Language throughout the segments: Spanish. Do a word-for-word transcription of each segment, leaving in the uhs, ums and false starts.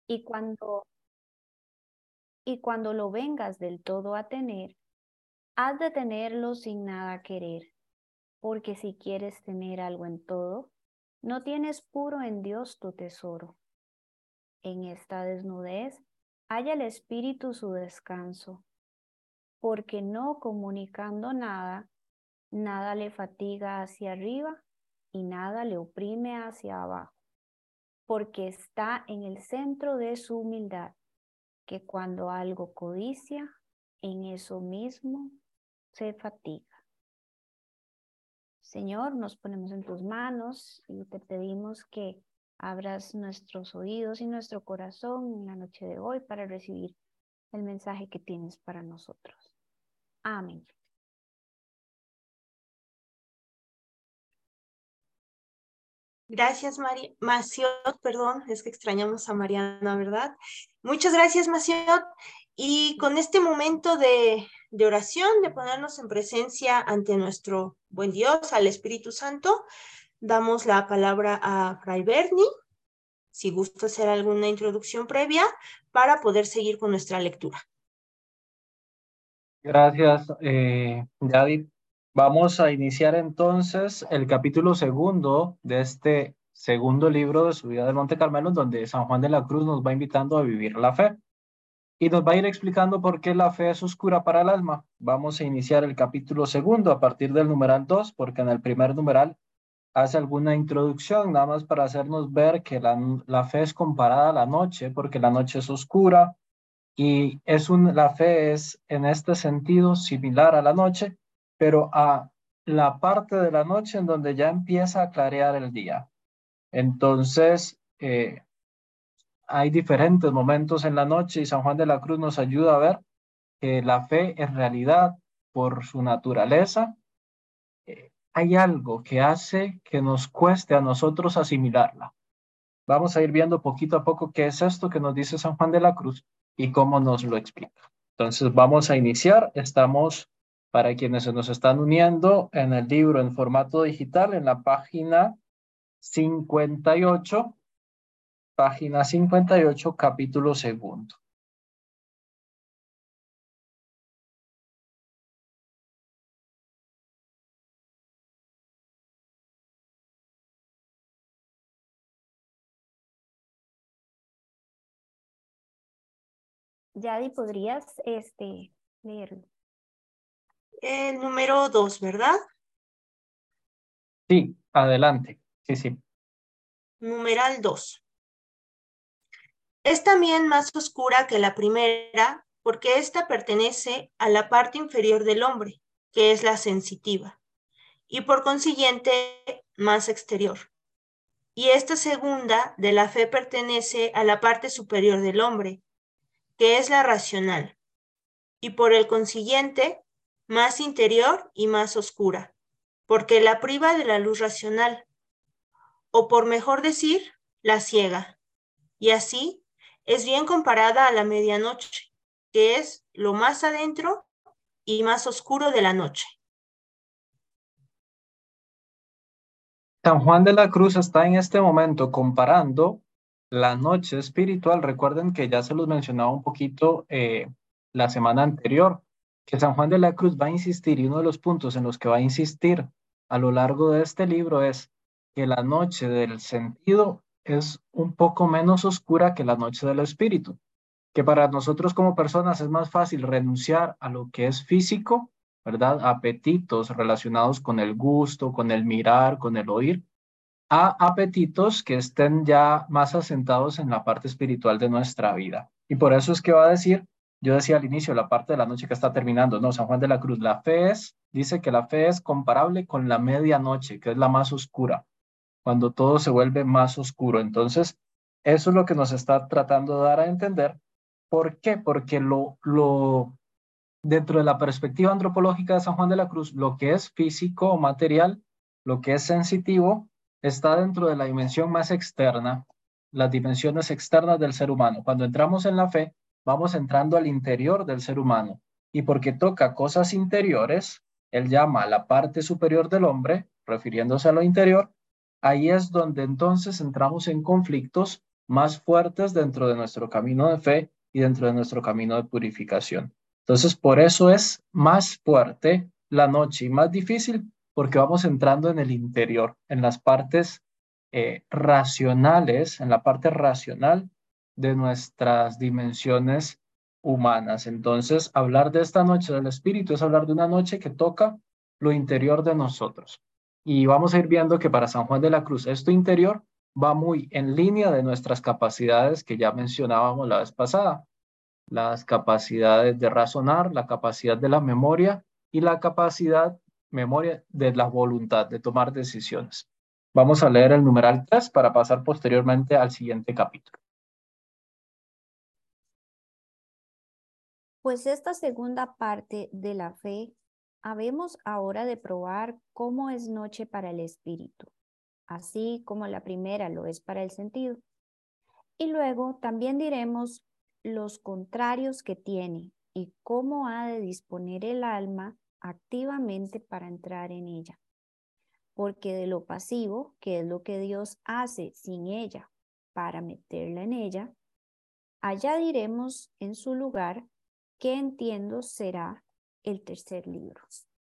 Y cuando, y cuando lo vengas del todo a tener, has de tenerlo sin nada querer, porque si quieres tener algo en todo, no tienes puro en Dios tu tesoro. En esta desnudez halla el espíritu su descanso, porque no comunicando nada, nada le fatiga hacia arriba y nada le oprime hacia abajo, porque está en el centro de su humildad, que cuando algo codicia, en eso mismo se fatiga. Señor, nos ponemos en tus manos y te pedimos que abras nuestros oídos y nuestro corazón en la noche de hoy para recibir el mensaje que tienes para nosotros. Amén. Gracias, Mari Maciot, perdón, es que extrañamos a Mariana, ¿verdad? Muchas gracias, Maciot. Y con este momento de, de oración, de ponernos en presencia ante nuestro buen Dios, al Espíritu Santo, damos la palabra a Fray Berni, si gusta hacer alguna introducción previa, para poder seguir con nuestra lectura. Gracias, eh, Yadi. Vamos a iniciar entonces el capítulo segundo de este segundo libro de Subida del Monte Carmelo, donde San Juan de la Cruz nos va invitando a vivir la fe y nos va a ir explicando por qué la fe es oscura para el alma. Vamos a iniciar el capítulo segundo a partir del numeral dos, porque en el primer numeral hace alguna introducción, nada más para hacernos ver que la, la fe es comparada a la noche, porque la noche es oscura. Y es un, la fe es en este sentido similar a la noche, pero a la parte de la noche en donde ya empieza a clarear el día. Entonces, eh, hay diferentes momentos en la noche y San Juan de la Cruz nos ayuda a ver que la fe en realidad, por su naturaleza, eh, hay algo que hace que nos cueste a nosotros asimilarla. Vamos a ir viendo poquito a poco qué es esto que nos dice San Juan de la Cruz y cómo nos lo explica. Entonces vamos a iniciar. Estamos, para quienes se nos están uniendo, en el libro en formato digital, en la página cincuenta y ocho, página cincuenta y ocho, capítulo segundo. Yadi, ¿podrías este, leerlo? El número dos, ¿verdad? Sí, adelante. Sí, sí. Numeral dos. Es también más oscura que la primera porque ésta pertenece a la parte inferior del hombre, que es la sensitiva, y por consiguiente más exterior. Y esta segunda de la fe pertenece a la parte superior del hombre, que es la racional, y por el consiguiente más interior y más oscura, porque la priva de la luz racional, o por mejor decir, la ciega, y así es bien comparada a la medianoche, que es lo más adentro y más oscuro de la noche. San Juan de la Cruz está en este momento comparando la noche espiritual. Recuerden que ya se los mencionaba un poquito eh, la semana anterior, que San Juan de la Cruz va a insistir, y uno de los puntos en los que va a insistir a lo largo de este libro es que la noche del sentido es un poco menos oscura que la noche del espíritu, que para nosotros como personas es más fácil renunciar a lo que es físico, ¿verdad? Apetitos relacionados con el gusto, con el mirar, con el oír, a apetitos que estén ya más asentados en la parte espiritual de nuestra vida. Y por eso es que va a decir, yo decía al inicio, la parte de la noche que está terminando, no, San Juan de la Cruz, la fe es, dice que la fe es comparable con la medianoche, que es la más oscura, cuando todo se vuelve más oscuro. Entonces, eso es lo que nos está tratando de dar a entender. ¿Por qué? Porque lo, lo, dentro de la perspectiva antropológica de San Juan de la Cruz, lo que es físico o material, lo que es sensitivo, está dentro de la dimensión más externa, las dimensiones externas del ser humano. Cuando entramos en la fe, vamos entrando al interior del ser humano. Y porque toca cosas interiores, él llama a la parte superior del hombre, refiriéndose a lo interior, ahí es donde entonces entramos en conflictos más fuertes dentro de nuestro camino de fe y dentro de nuestro camino de purificación. Entonces, por eso es más fuerte la noche y más difícil, porque vamos entrando en el interior, en las partes eh, racionales, en la parte racional de nuestras dimensiones humanas. Entonces, hablar de esta noche del espíritu es hablar de una noche que toca lo interior de nosotros. Y vamos a ir viendo que para San Juan de la Cruz, esto interior va muy en línea de nuestras capacidades que ya mencionábamos la vez pasada, las capacidades de razonar, la capacidad de la memoria y la capacidad, memoria de la voluntad, de tomar decisiones. Vamos a leer el numeral tres para pasar posteriormente al siguiente capítulo. Pues esta segunda parte de la fe, habemos ahora de probar cómo es noche para el espíritu, así como la primera lo es para el sentido. Y luego también diremos los contrarios que tiene y cómo ha de disponer el alma activamente para entrar en ella. Porque de lo pasivo, que es lo que Dios hace sin ella para meterla en ella, allá diremos en su lugar que entiendo será el tercer libro.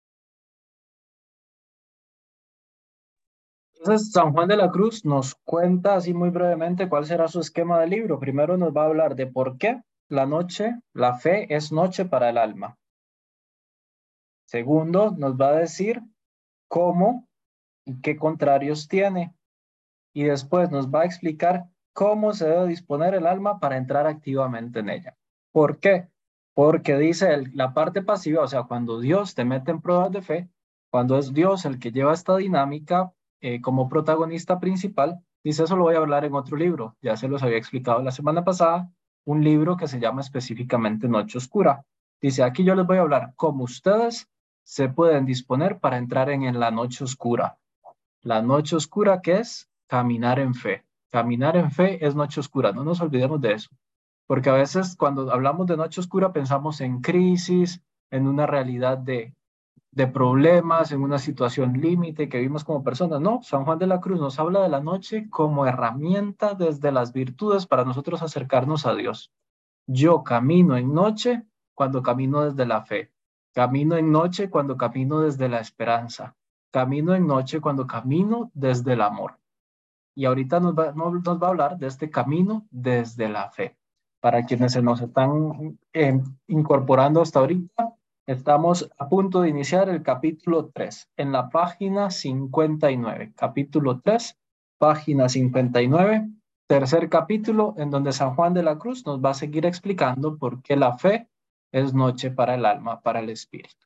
Entonces, San Juan de la Cruz nos cuenta así muy brevemente cuál será su esquema de libro. Primero nos va a hablar de por qué la noche, la fe es noche para el alma. Segundo, nos va a decir cómo y qué contrarios tiene. Y después nos va a explicar cómo se debe disponer el alma para entrar activamente en ella. ¿Por qué? Porque dice el, la parte pasiva, o sea, cuando Dios te mete en pruebas de fe, cuando es Dios el que lleva esta dinámica eh, como protagonista principal, dice, eso lo voy a hablar en otro libro, ya se los había explicado la semana pasada, un libro que se llama específicamente Noche Oscura. Dice, aquí yo les voy a hablar cómo ustedes se pueden disponer para entrar en, en la noche oscura. La noche oscura, ¿qué es? Caminar en fe. Caminar en fe es noche oscura, no nos olvidemos de eso. Porque a veces cuando hablamos de noche oscura pensamos en crisis, en una realidad de, de problemas, en una situación límite que vivimos como personas. No, San Juan de la Cruz nos habla de la noche como herramienta desde las virtudes para nosotros acercarnos a Dios. Yo camino en noche cuando camino desde la fe. Camino en noche cuando camino desde la esperanza. Camino en noche cuando camino desde el amor. Y ahorita nos va, nos va a hablar de este camino desde la fe. Para quienes se nos están eh, incorporando hasta ahorita, estamos a punto de iniciar el capítulo tres, en la página cincuenta y nueve. Capítulo tres, página cincuenta y nueve, tercer capítulo, en donde San Juan de la Cruz nos va a seguir explicando por qué la fe es noche para el alma, para el espíritu.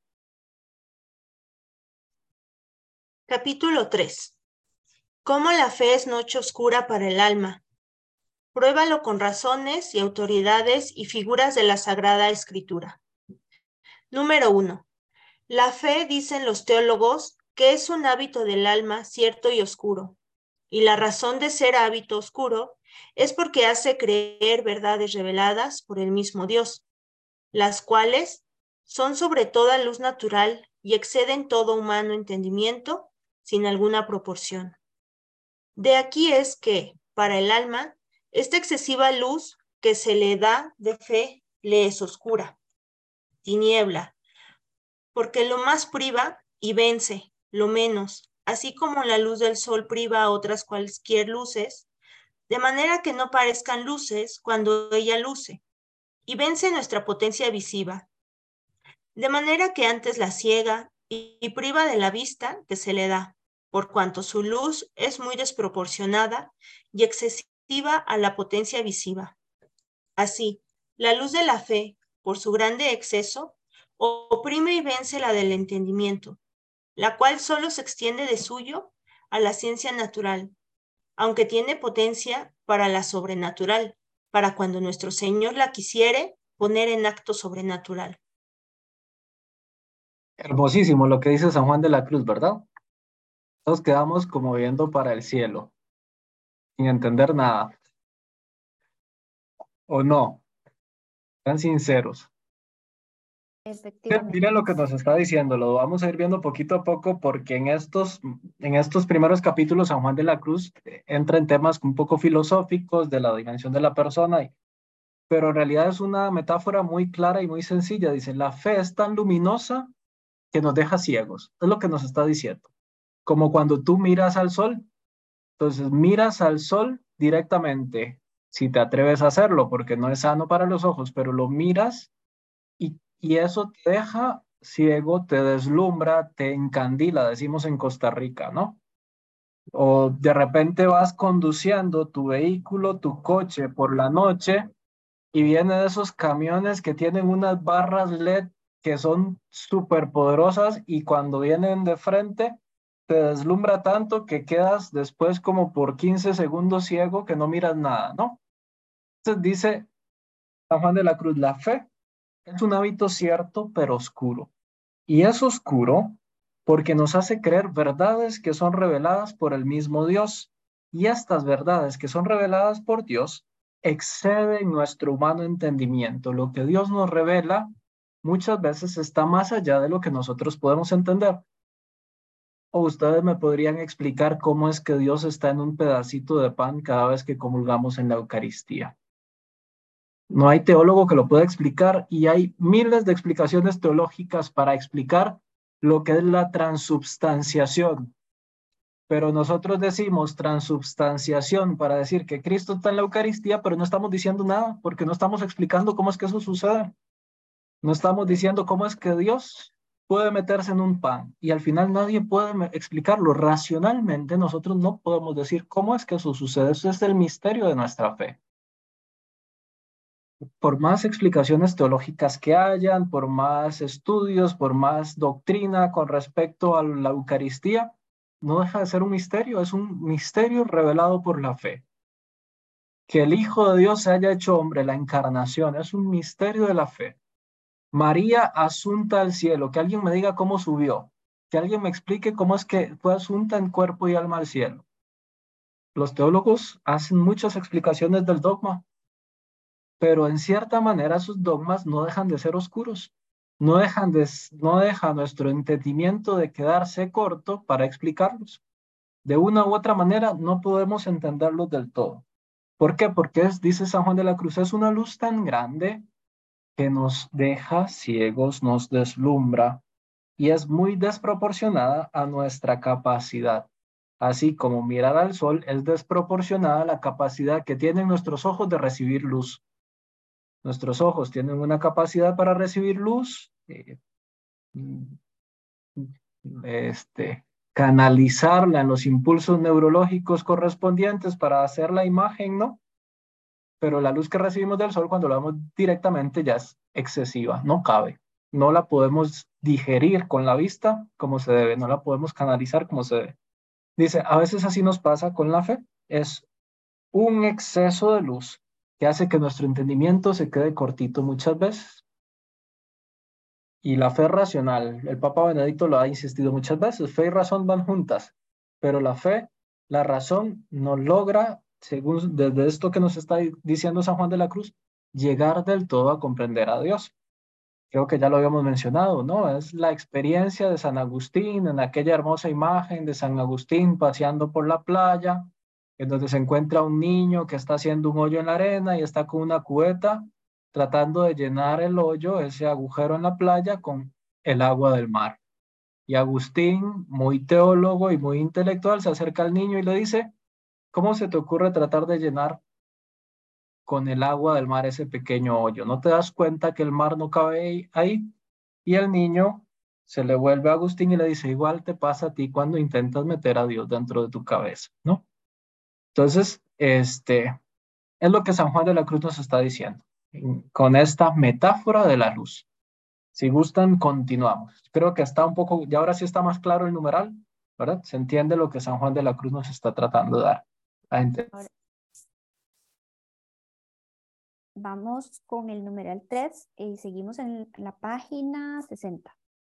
Capítulo tres. ¿Cómo la fe es noche oscura para el alma? Pruébalo con razones y autoridades y figuras de la Sagrada Escritura. Número uno. La fe, dicen los teólogos, que es un hábito del alma cierto y oscuro. Y la razón de ser hábito oscuro es porque hace creer verdades reveladas por el mismo Dios, las cuales son sobre toda luz natural y exceden todo humano entendimiento sin alguna proporción. De aquí es que, para el alma, esta excesiva luz que se le da de fe le es oscura, tiniebla, porque lo más priva y vence, lo menos, así como la luz del sol priva a otras cualquier luces, de manera que no parezcan luces cuando ella luce, y vence nuestra potencia visiva, de manera que antes la ciega y, y priva de la vista que se le da, por cuanto su luz es muy desproporcionada y excesiva a la potencia visiva. Así, la luz de la fe, por su grande exceso, oprime y vence la del entendimiento, la cual solo se extiende de suyo a la ciencia natural, aunque tiene potencia para la sobrenatural, para cuando nuestro Señor la quisiere poner en acto sobrenatural. Hermosísimo lo que dice San Juan de la Cruz, ¿verdad? Nos quedamos como viendo para el cielo, sin entender nada. ¿O no? Sean sinceros. Efectivamente. Mira lo que nos está diciendo, lo vamos a ir viendo poquito a poco porque en estos, en estos primeros capítulos San Juan de la Cruz eh, entra en temas un poco filosóficos de la dimensión de la persona, y- pero en realidad es una metáfora muy clara y muy sencilla. Dice, la fe es tan luminosa que nos deja ciegos. Es lo que nos está diciendo. Como cuando tú miras al sol, entonces miras al sol directamente, si te atreves a hacerlo, porque no es sano para los ojos, pero lo miras y, y eso te deja ciego, te deslumbra, te encandila, decimos en Costa Rica, ¿no? O de repente vas conduciendo tu vehículo, tu coche por la noche y vienen esos camiones que tienen unas barras L E D que son súper poderosas y cuando vienen de frente te deslumbra tanto que quedas después como por quince segundos ciego que no miras nada, ¿no? Entonces dice San Juan de la Cruz, la fe es un hábito cierto pero oscuro. Y es oscuro porque nos hace creer verdades que son reveladas por el mismo Dios. Y estas verdades que son reveladas por Dios exceden nuestro humano entendimiento. Lo que Dios nos revela muchas veces está más allá de lo que nosotros podemos entender. O ustedes me podrían explicar cómo es que Dios está en un pedacito de pan cada vez que comulgamos en la Eucaristía. No hay teólogo que lo pueda explicar y hay miles de explicaciones teológicas para explicar lo que es la transubstanciación. Pero nosotros decimos transubstanciación para decir que Cristo está en la Eucaristía, pero no estamos diciendo nada porque no estamos explicando cómo es que eso sucede. No estamos diciendo cómo es que Dios puede meterse en un pan y al final nadie puede explicarlo. Racionalmente nosotros no podemos decir cómo es que eso sucede. Eso es el misterio de nuestra fe. Por más explicaciones teológicas que hayan, por más estudios, por más doctrina con respecto a la Eucaristía, no deja de ser un misterio, es un misterio revelado por la fe. Que el Hijo de Dios se haya hecho hombre, la encarnación, es un misterio de la fe. María asunta al cielo, que alguien me diga cómo subió, que alguien me explique cómo es que fue asunta en cuerpo y alma al cielo. Los teólogos hacen muchas explicaciones del dogma, pero en cierta manera sus dogmas no dejan de ser oscuros, no dejan de, no deja nuestro entendimiento de quedarse corto para explicarlos. De una u otra manera no podemos entenderlos del todo. ¿Por qué? Porque es, dice San Juan de la Cruz, es una luz tan grande que nos deja ciegos, nos deslumbra y es muy desproporcionada a nuestra capacidad. Así como mirar al sol es desproporcionada a la capacidad que tienen nuestros ojos de recibir luz. Nuestros ojos tienen una capacidad para recibir luz, eh, este, canalizarla en los impulsos neurológicos correspondientes para hacer la imagen, ¿no? Pero la luz que recibimos del sol cuando la vemos directamente ya es excesiva, no cabe. No la podemos digerir con la vista como se debe, no la podemos canalizar como se debe. Dice, a veces así nos pasa con la fe, es un exceso de luz que hace que nuestro entendimiento se quede cortito muchas veces. Y la fe racional, el Papa Benedicto lo ha insistido muchas veces, fe y razón van juntas, pero la fe, la razón no logra, según desde esto que nos está diciendo San Juan de la Cruz, llegar del todo a comprender a Dios. Creo que ya lo habíamos mencionado, ¿no? Es la experiencia de San Agustín en aquella hermosa imagen de San Agustín paseando por la playa, en donde se encuentra un niño que está haciendo un hoyo en la arena y está con una cubeta tratando de llenar el hoyo, ese agujero en la playa, con el agua del mar. Y Agustín, muy teólogo y muy intelectual, se acerca al niño y le dice, ¿cómo se te ocurre tratar de llenar con el agua del mar ese pequeño hoyo? ¿No te das cuenta que el mar no cabe ahí? Y el niño se le vuelve a Agustín y le dice, igual te pasa a ti cuando intentas meter a Dios dentro de tu cabeza, ¿no? Entonces, este, es lo que San Juan de la Cruz nos está diciendo, con esta metáfora de la luz. Si gustan, continuamos. Creo que está un poco, y ahora sí está más claro el numeral, ¿verdad? Se entiende lo que San Juan de la Cruz nos está tratando de dar. Ahora, vamos con el numeral tres y seguimos en la página sesenta.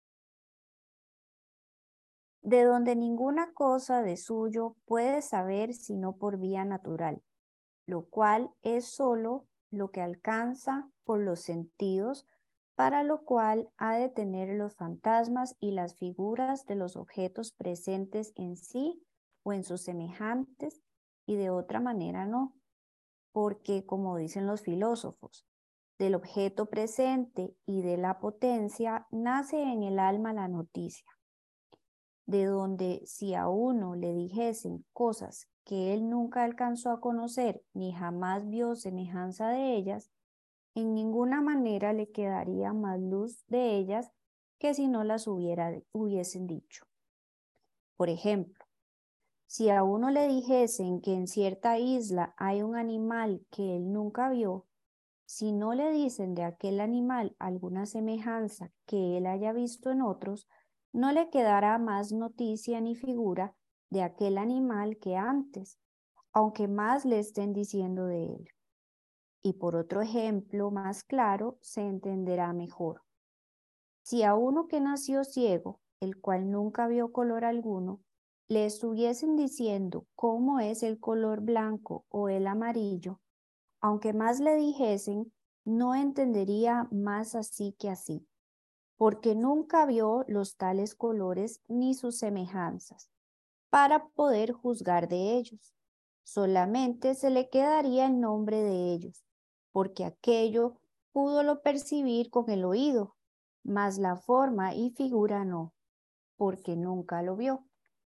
De donde ninguna cosa de suyo puede saber sino por vía natural, lo cual es solo lo que alcanza por los sentidos para lo cual ha de tener los fantasmas y las figuras de los objetos presentes en sí o en sus semejantes, y de otra manera no, porque, como dicen los filósofos, del objeto presente y de la potencia nace en el alma la noticia, de donde si a uno le dijesen cosas que él nunca alcanzó a conocer ni jamás vio semejanza de ellas, en ninguna manera le quedaría más luz de ellas que si no las hubiera, hubiesen dicho. Por ejemplo, si a uno le dijesen que en cierta isla hay un animal que él nunca vio, si no le dicen de aquel animal alguna semejanza que él haya visto en otros, no le quedará más noticia ni figura de aquel animal que antes, aunque más le estén diciendo de él. Y por otro ejemplo más claro se entenderá mejor. Si a uno que nació ciego, el cual nunca vio color alguno, le estuviesen diciendo cómo es el color blanco o el amarillo, aunque más le dijesen, no entendería más así que así, porque nunca vio los tales colores ni sus semejanzas, para poder juzgar de ellos. Solamente se le quedaría el nombre de ellos, porque aquello pudo lo percibir con el oído, mas la forma y figura no, porque nunca lo vio.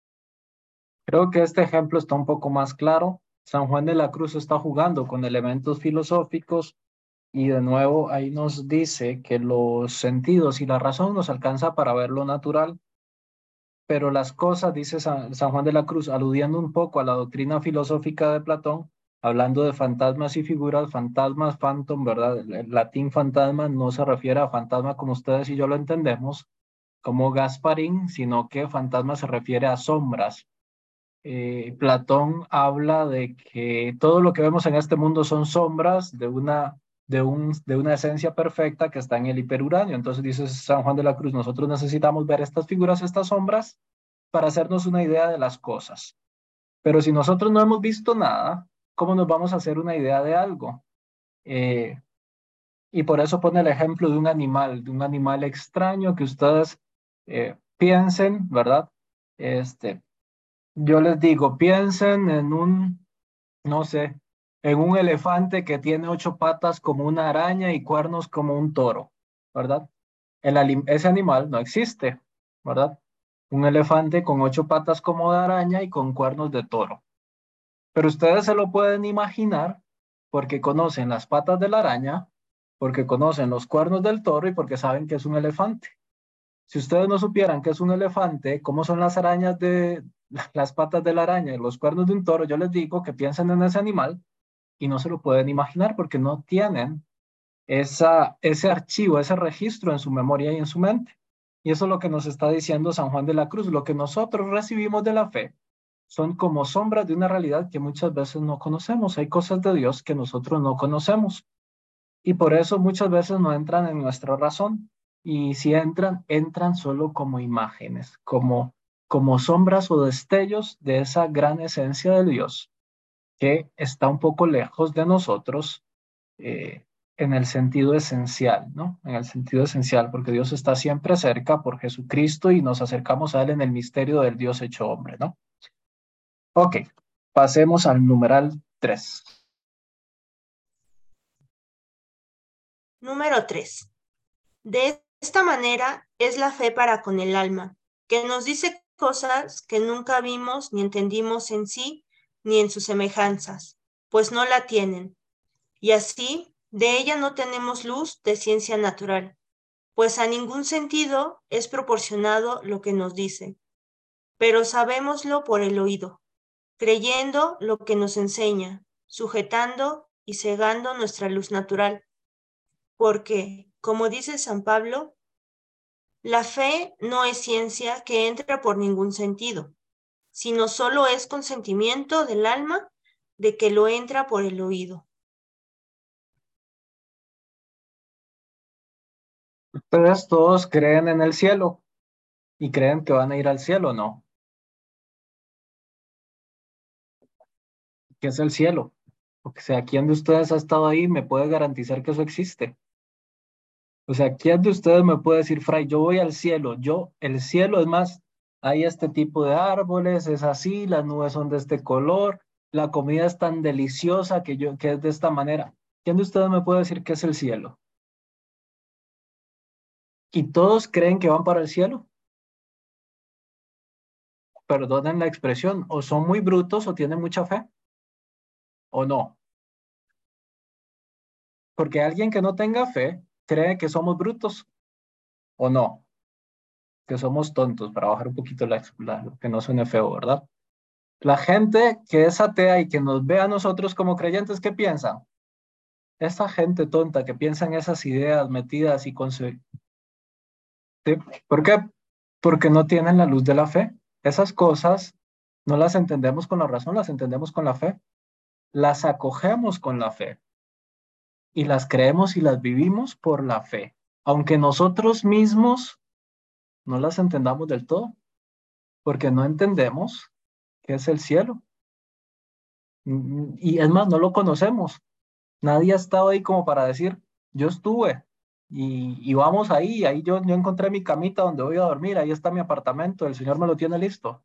Creo que este ejemplo está un poco más claro. San Juan de la Cruz está jugando con elementos filosóficos y de nuevo ahí nos dice que los sentidos y la razón nos alcanza para ver lo natural, pero las cosas, dice San, San Juan de la Cruz, aludiendo un poco a la doctrina filosófica de Platón, hablando de fantasmas y figuras, fantasmas, phantom, ¿verdad? El latín fantasma no se refiere a fantasma como ustedes y yo lo entendemos, como Gasparín, sino que fantasma se refiere a sombras. Eh, Platón habla de que todo lo que vemos en este mundo son sombras de una, de, un, de una esencia perfecta que está en el hiperuranio. Entonces dice San Juan de la Cruz, nosotros necesitamos ver estas figuras, estas sombras, para hacernos una idea de las cosas. Pero si nosotros no hemos visto nada, ¿cómo nos vamos a hacer una idea de algo? Eh, y por eso pone el ejemplo de un animal, de un animal extraño que ustedes eh, piensen, ¿verdad? Este, yo les digo, piensen en un, no sé, en un elefante que tiene ocho patas como una araña y cuernos como un toro, ¿verdad? El, ese animal no existe, ¿verdad? Un elefante con ocho patas como de araña y con cuernos de toro. Pero ustedes se lo pueden imaginar porque conocen las patas de la araña, porque conocen los cuernos del toro y porque saben que es un elefante. Si ustedes no supieran que es un elefante, cómo son las arañas de las patas de la araña y los cuernos de un toro, yo les digo que piensen en ese animal y no se lo pueden imaginar porque no tienen esa, ese archivo, ese registro en su memoria y en su mente. Y eso es lo que nos está diciendo San Juan de la Cruz. Lo que nosotros recibimos de la fe son como sombras de una realidad que muchas veces no conocemos. Hay cosas de Dios que nosotros no conocemos. Y por eso muchas veces no entran en nuestra razón. Y si entran, entran solo como imágenes, como, como sombras o destellos de esa gran esencia de Dios que está un poco lejos de nosotros eh, en el sentido esencial, ¿no? En el sentido esencial, porque Dios está siempre cerca por Jesucristo y nos acercamos a Él en el misterio del Dios hecho hombre, ¿no? Ok, pasemos al numeral tres. Número tres. De esta manera es la fe para con el alma, que nos dice cosas que nunca vimos ni entendimos en sí ni en sus semejanzas, pues no la tienen. Y así, de ella no tenemos luz de ciencia natural, pues a ningún sentido es proporcionado lo que nos dice, pero sabémoslo por el oído, creyendo lo que nos enseña, sujetando y cegando nuestra luz natural, porque, como dice San Pablo, la fe no es ciencia que entra por ningún sentido, sino solo es consentimiento del alma de que lo entra por el oído. Ustedes todos creen en el cielo y creen que van a ir al cielo, ¿no? ¿Qué es el cielo? Porque si a quién de ustedes ha estado ahí, me puede garantizar que eso existe. O sea, ¿quién de ustedes me puede decir, Fray, yo voy al cielo? Yo, el cielo es más, hay este tipo de árboles, es así, las nubes son de este color, la comida es tan deliciosa que yo, que es de esta manera. ¿Quién de ustedes me puede decir qué es el cielo? ¿Y todos creen que van para el cielo? Perdonen la expresión, o son muy brutos o tienen mucha fe, o no. Porque alguien que no tenga fe cree que somos brutos, o no, que somos tontos, para bajar un poquito la, la que no suene feo, ¿verdad? La gente que es atea y que nos ve a nosotros como creyentes, ¿qué piensan? Esa gente tonta que piensa en esas ideas metidas y con su... ¿Sí? ¿Por qué? Porque no tienen la luz de la fe. Esas cosas no las entendemos con la razón, las entendemos con la fe. Las acogemos con la fe y las creemos y las vivimos por la fe. Aunque nosotros mismos no las entendamos del todo, porque no entendemos qué es el cielo. Y es más, no lo conocemos. Nadie ha estado ahí como para decir, yo estuve y, y vamos ahí, ahí yo, yo encontré mi camita donde voy a dormir, ahí está mi apartamento, el Señor me lo tiene listo.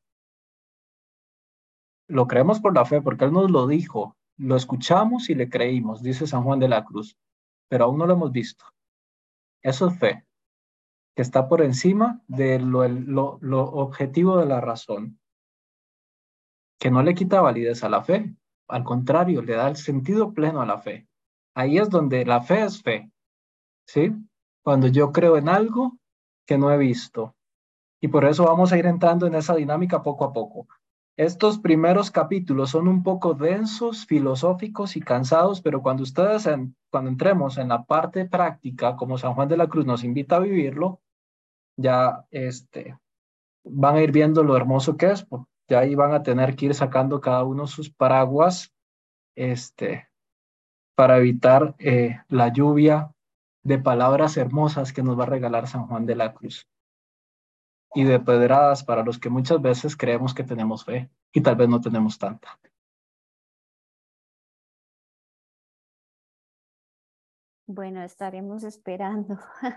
Lo creemos por la fe, porque Él nos lo dijo, lo escuchamos y le creímos, dice San Juan de la Cruz, pero aún no lo hemos visto. Eso es fe, que está por encima de lo, lo, lo objetivo de la razón, que no le quita validez a la fe, al contrario, le da el sentido pleno a la fe. Ahí es donde la fe es fe. ¿Sí? Cuando yo creo en algo que no he visto. Y por eso vamos a ir entrando en esa dinámica poco a poco. Estos primeros capítulos son un poco densos, filosóficos y cansados, pero cuando ustedes, en, cuando entremos en la parte práctica, como San Juan de la Cruz nos invita a vivirlo, ya este, van a ir viendo lo hermoso que es. Pues, ya ahí van a tener que ir sacando cada uno sus paraguas este, para evitar eh, la lluvia de palabras hermosas que nos va a regalar San Juan de la Cruz y de pedradas para los que muchas veces creemos que tenemos fe y tal vez no tenemos tanta. Bueno, estaremos esperando.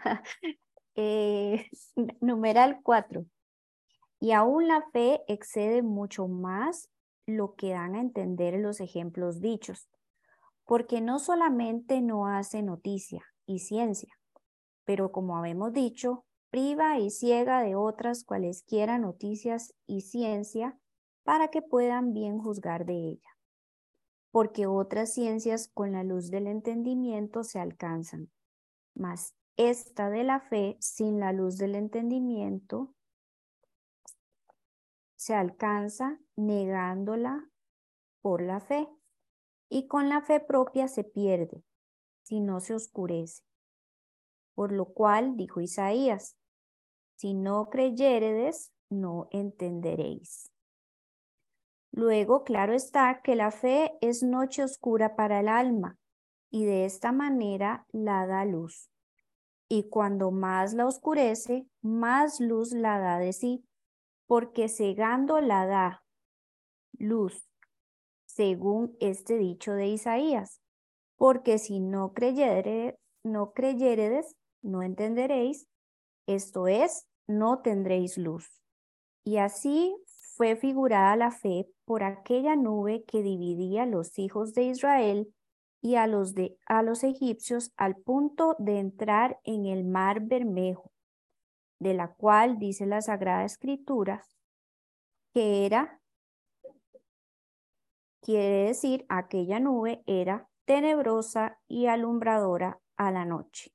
eh, numeral cuatro. Y aún la fe excede mucho más lo que dan a entender los ejemplos dichos, porque no solamente no hace noticia y ciencia, pero como habemos dicho, priva y ciega de otras cualesquiera noticias y ciencia para que puedan bien juzgar de ella. Porque otras ciencias con la luz del entendimiento se alcanzan, mas esta de la fe sin la luz del entendimiento se alcanza negándola por la fe, y con la fe propia se pierde, si no se oscurece. Por lo cual, dijo Isaías, si no creyéredes, no entenderéis. Luego, claro está que la fe es noche oscura para el alma, y de esta manera la da luz. Y cuando más la oscurece, más luz la da de sí, porque cegando la da luz, según este dicho de Isaías. Porque si no creyere, no creyéredes, no entenderéis, esto es, no tendréis luz. Y así fue figurada la fe por aquella nube que dividía los hijos de Israel y a los, de, a los egipcios al punto de entrar en el mar Bermejo, de la cual dice la Sagrada Escritura que era, quiere decir, aquella nube era tenebrosa y alumbradora a la noche.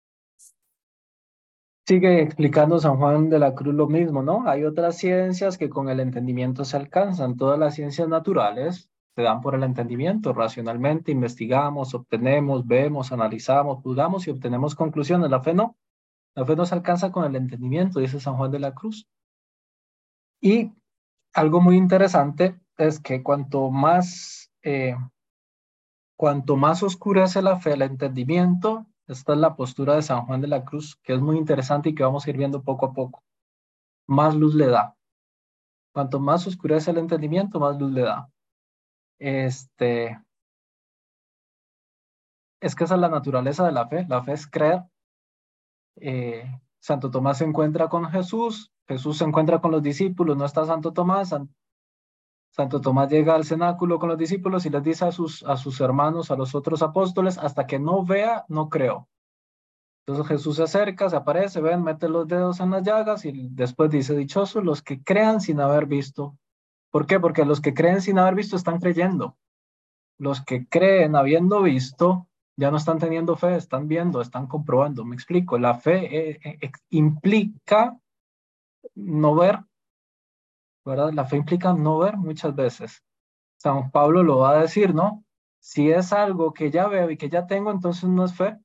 Sigue explicando San Juan de la Cruz lo mismo, ¿no? Hay otras ciencias que con el entendimiento se alcanzan. Todas las ciencias naturales se dan por el entendimiento. Racionalmente investigamos, obtenemos, vemos, analizamos, juzgamos y obtenemos conclusiones. La fe no. La fe no se alcanza con el entendimiento, dice San Juan de la Cruz. Y algo muy interesante es que cuanto más, eh, cuanto más oscurece la fe, el entendimiento, esta es la postura de San Juan de la Cruz, que es muy interesante y que vamos a ir viendo poco a poco, más luz le da. Cuanto más oscurece el entendimiento, más luz le da. Este, es que esa es la naturaleza de la fe. La fe es creer. eh, Santo Tomás se encuentra con Jesús, Jesús se encuentra con los discípulos, no está Santo Tomás, San, Santo Tomás llega al cenáculo con los discípulos y les dice a sus, a sus hermanos, a los otros apóstoles, hasta que no vea, no creo. Entonces Jesús se acerca, se aparece, ven, mete los dedos en las llagas y después dice, dichosos los que crean sin haber visto. ¿Por qué? Porque los que creen sin haber visto están creyendo. Los que creen habiendo visto ya no están teniendo fe, están viendo, están comprobando. Me explico, la fe eh, eh, implica no ver, ¿verdad? La fe implica no ver muchas veces. San Pablo lo va a decir, ¿no? Si es algo que ya veo y que ya tengo, entonces no es fe.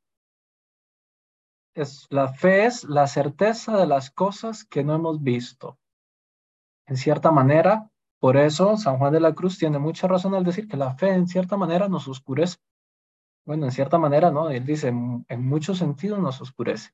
Es, la fe es la certeza de las cosas que no hemos visto. En cierta manera, por eso San Juan de la Cruz tiene mucha razón al decir que la fe en cierta manera nos oscurece. Bueno, en cierta manera, ¿no? Él dice, en, en muchos sentidos nos oscurece.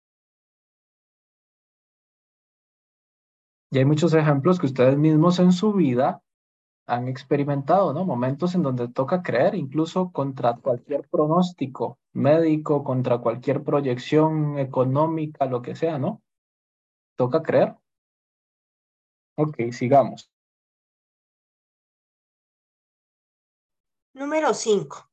Y hay muchos ejemplos que ustedes mismos en su vida han experimentado, ¿no? Momentos en donde toca creer, incluso contra cualquier pronóstico médico, contra cualquier proyección económica, lo que sea, ¿no? Toca creer. Ok, sigamos. Número cinco.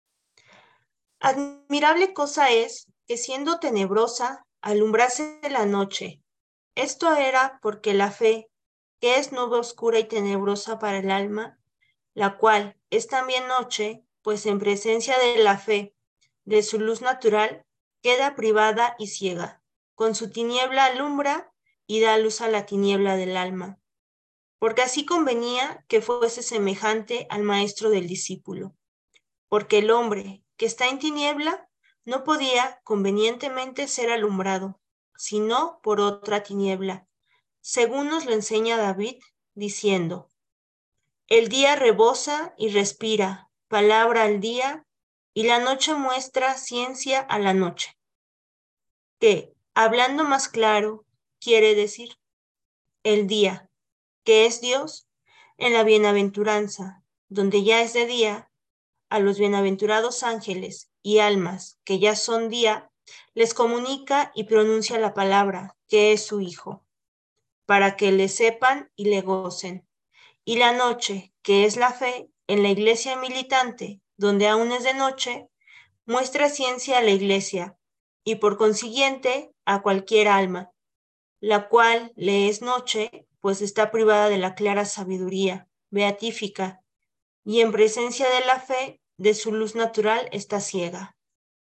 Admirable cosa es que siendo tenebrosa alumbrase la noche. Esto era porque la fe, que es nube oscura y tenebrosa para el alma, la cual es también noche, pues en presencia de la fe, de su luz natural, queda privada y ciega. Con su tiniebla alumbra y da luz a la tiniebla del alma. Porque así convenía que fuese semejante al maestro del discípulo. Porque el hombre que está en tiniebla no podía convenientemente ser alumbrado, sino por otra tiniebla, según nos lo enseña David, diciendo, el día rebosa y respira, palabra al día, y la noche muestra ciencia a la noche. Que, hablando más claro, quiere decir, el día, que es Dios, en la bienaventuranza, donde ya es de día, a los bienaventurados ángeles y almas que ya son día, les comunica y pronuncia la palabra, que es su Hijo, para que le sepan y le gocen. Y la noche, que es la fe, en la iglesia militante, donde aún es de noche, muestra ciencia a la iglesia, y por consiguiente a cualquier alma, la cual le es noche, pues está privada de la clara sabiduría beatífica, y en presencia de la fe, de su luz natural está ciega.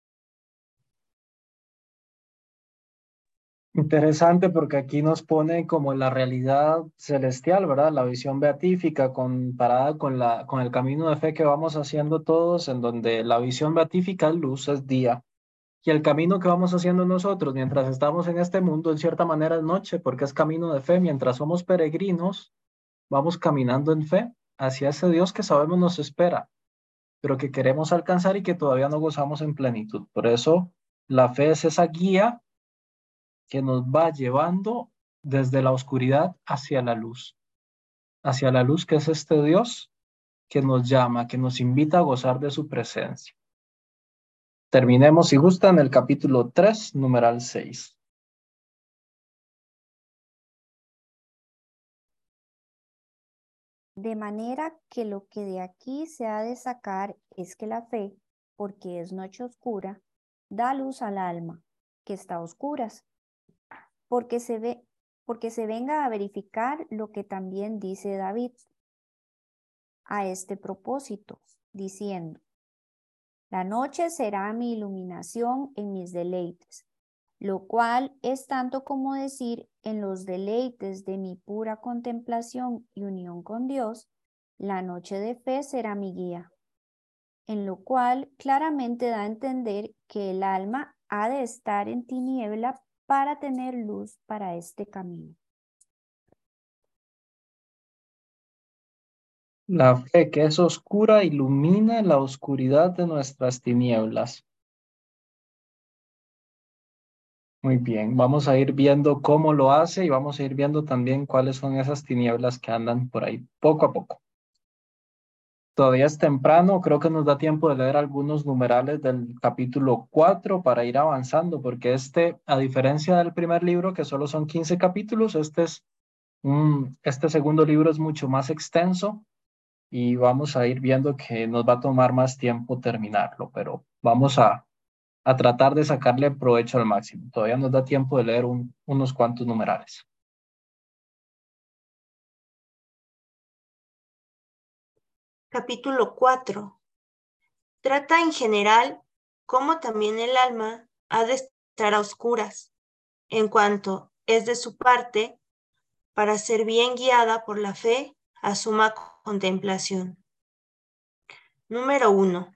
Interesante porque aquí nos pone como la realidad celestial, ¿verdad? La visión beatífica comparada con, la, con el camino de fe que vamos haciendo todos, en donde la visión beatífica es luz, es día. Y el camino que vamos haciendo nosotros mientras estamos en este mundo, en cierta manera es noche, porque es camino de fe. Mientras somos peregrinos, vamos caminando en fe hacia ese Dios que sabemos nos espera, pero que queremos alcanzar y que todavía no gozamos en plenitud. Por eso la fe es esa guía que nos va llevando desde la oscuridad hacia la luz, hacia la luz que es este Dios que nos llama, que nos invita a gozar de su presencia. Terminemos, si gustan, el capítulo tres, numeral seis. De manera que lo que de aquí se ha de sacar es que la fe, porque es noche oscura, da luz al alma, que está a oscuras, porque se ve, porque se venga a verificar lo que también dice David a este propósito, diciendo, la noche será mi iluminación en mis deleites, lo cual es tanto como decir, en los deleites de mi pura contemplación y unión con Dios, la noche de fe será mi guía, en lo cual claramente da a entender que el alma ha de estar en tiniebla para tener luz para este camino. La fe que es oscura ilumina la oscuridad de nuestras tinieblas. Muy bien, vamos a ir viendo cómo lo hace y vamos a ir viendo también cuáles son esas tinieblas que andan por ahí poco a poco. Todavía es temprano, creo que nos da tiempo de leer algunos numerales del capítulo cuatro para ir avanzando, porque este, a diferencia del primer libro, que solo son quince capítulos, este, es un, este segundo libro es mucho más extenso y vamos a ir viendo que nos va a tomar más tiempo terminarlo, pero vamos a, a tratar de sacarle provecho al máximo. Todavía nos da tiempo de leer un, unos cuantos numerales. Capítulo cuatro. Trata en general cómo también el alma ha de estar a oscuras, en cuanto es de su parte, para ser bien guiada por la fe a suma contemplación. Número uno.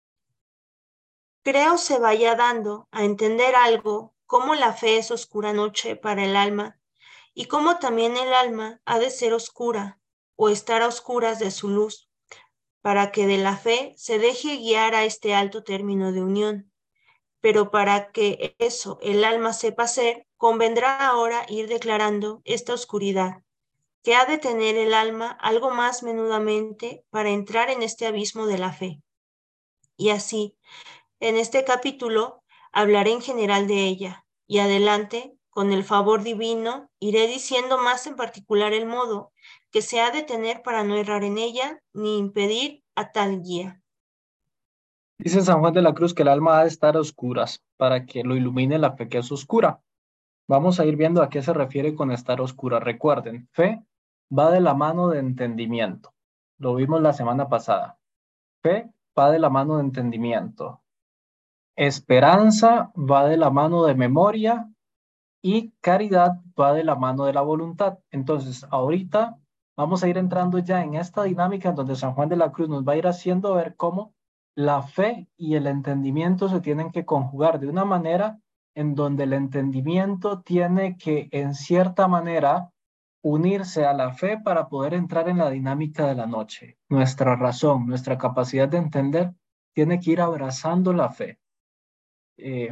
Creo se vaya dando a entender algo cómo la fe es oscura noche para el alma y cómo también el alma ha de ser oscura o estar a oscuras de su luz, para que de la fe se deje guiar a este alto término de unión. Pero para que eso el alma sepa hacer, convendrá ahora ir declarando esta oscuridad, que ha de tener el alma algo más menudamente para entrar en este abismo de la fe. Y así, en este capítulo hablaré en general de ella, y adelante, con el favor divino, iré diciendo más en particular el modo que se ha de tener para no errar en ella, ni impedir a tal guía. Dice San Juan de la Cruz que el alma ha de estar a oscuras para que lo ilumine la fe que es oscura. Vamos a ir viendo a qué se refiere con estar oscura. Recuerden, fe va de la mano de entendimiento. Lo vimos la semana pasada. Fe va de la mano de entendimiento. Esperanza va de la mano de memoria y caridad va de la mano de la voluntad. Entonces, ahorita vamos a ir entrando ya en esta dinámica en donde San Juan de la Cruz nos va a ir haciendo ver cómo la fe y el entendimiento se tienen que conjugar de una manera en donde el entendimiento tiene que, en cierta manera, unirse a la fe para poder entrar en la dinámica de la noche. Nuestra razón, nuestra capacidad de entender, tiene que ir abrazando la fe. Eh,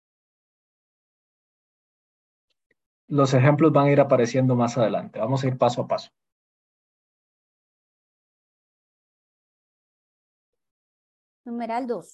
los ejemplos van a ir apareciendo más adelante. Vamos a ir paso a paso. Numeral dos.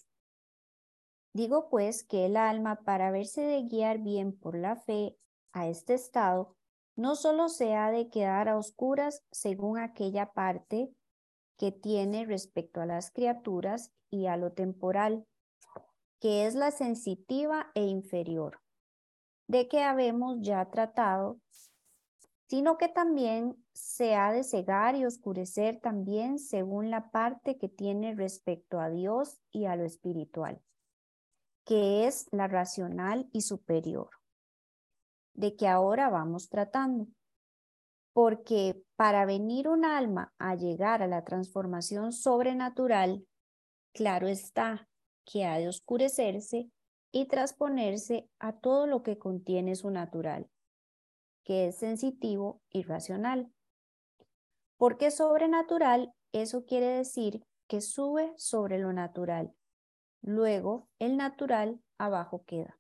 Digo pues que el alma, para verse de guiar bien por la fe a este estado, no solo se ha de quedar a oscuras según aquella parte que tiene respecto a las criaturas y a lo temporal, que es la sensitiva e inferior, de que habemos ya tratado, sino que también se ha de cegar y oscurecer también según la parte que tiene respecto a Dios y a lo espiritual, que es la racional y superior, de que ahora vamos tratando. Porque para venir un alma a llegar a la transformación sobrenatural, claro está que ha de oscurecerse y transponerse a todo lo que contiene su natural, que es sensitivo y racional. Porque sobrenatural, eso quiere decir que sube sobre lo natural. Luego, el natural abajo queda.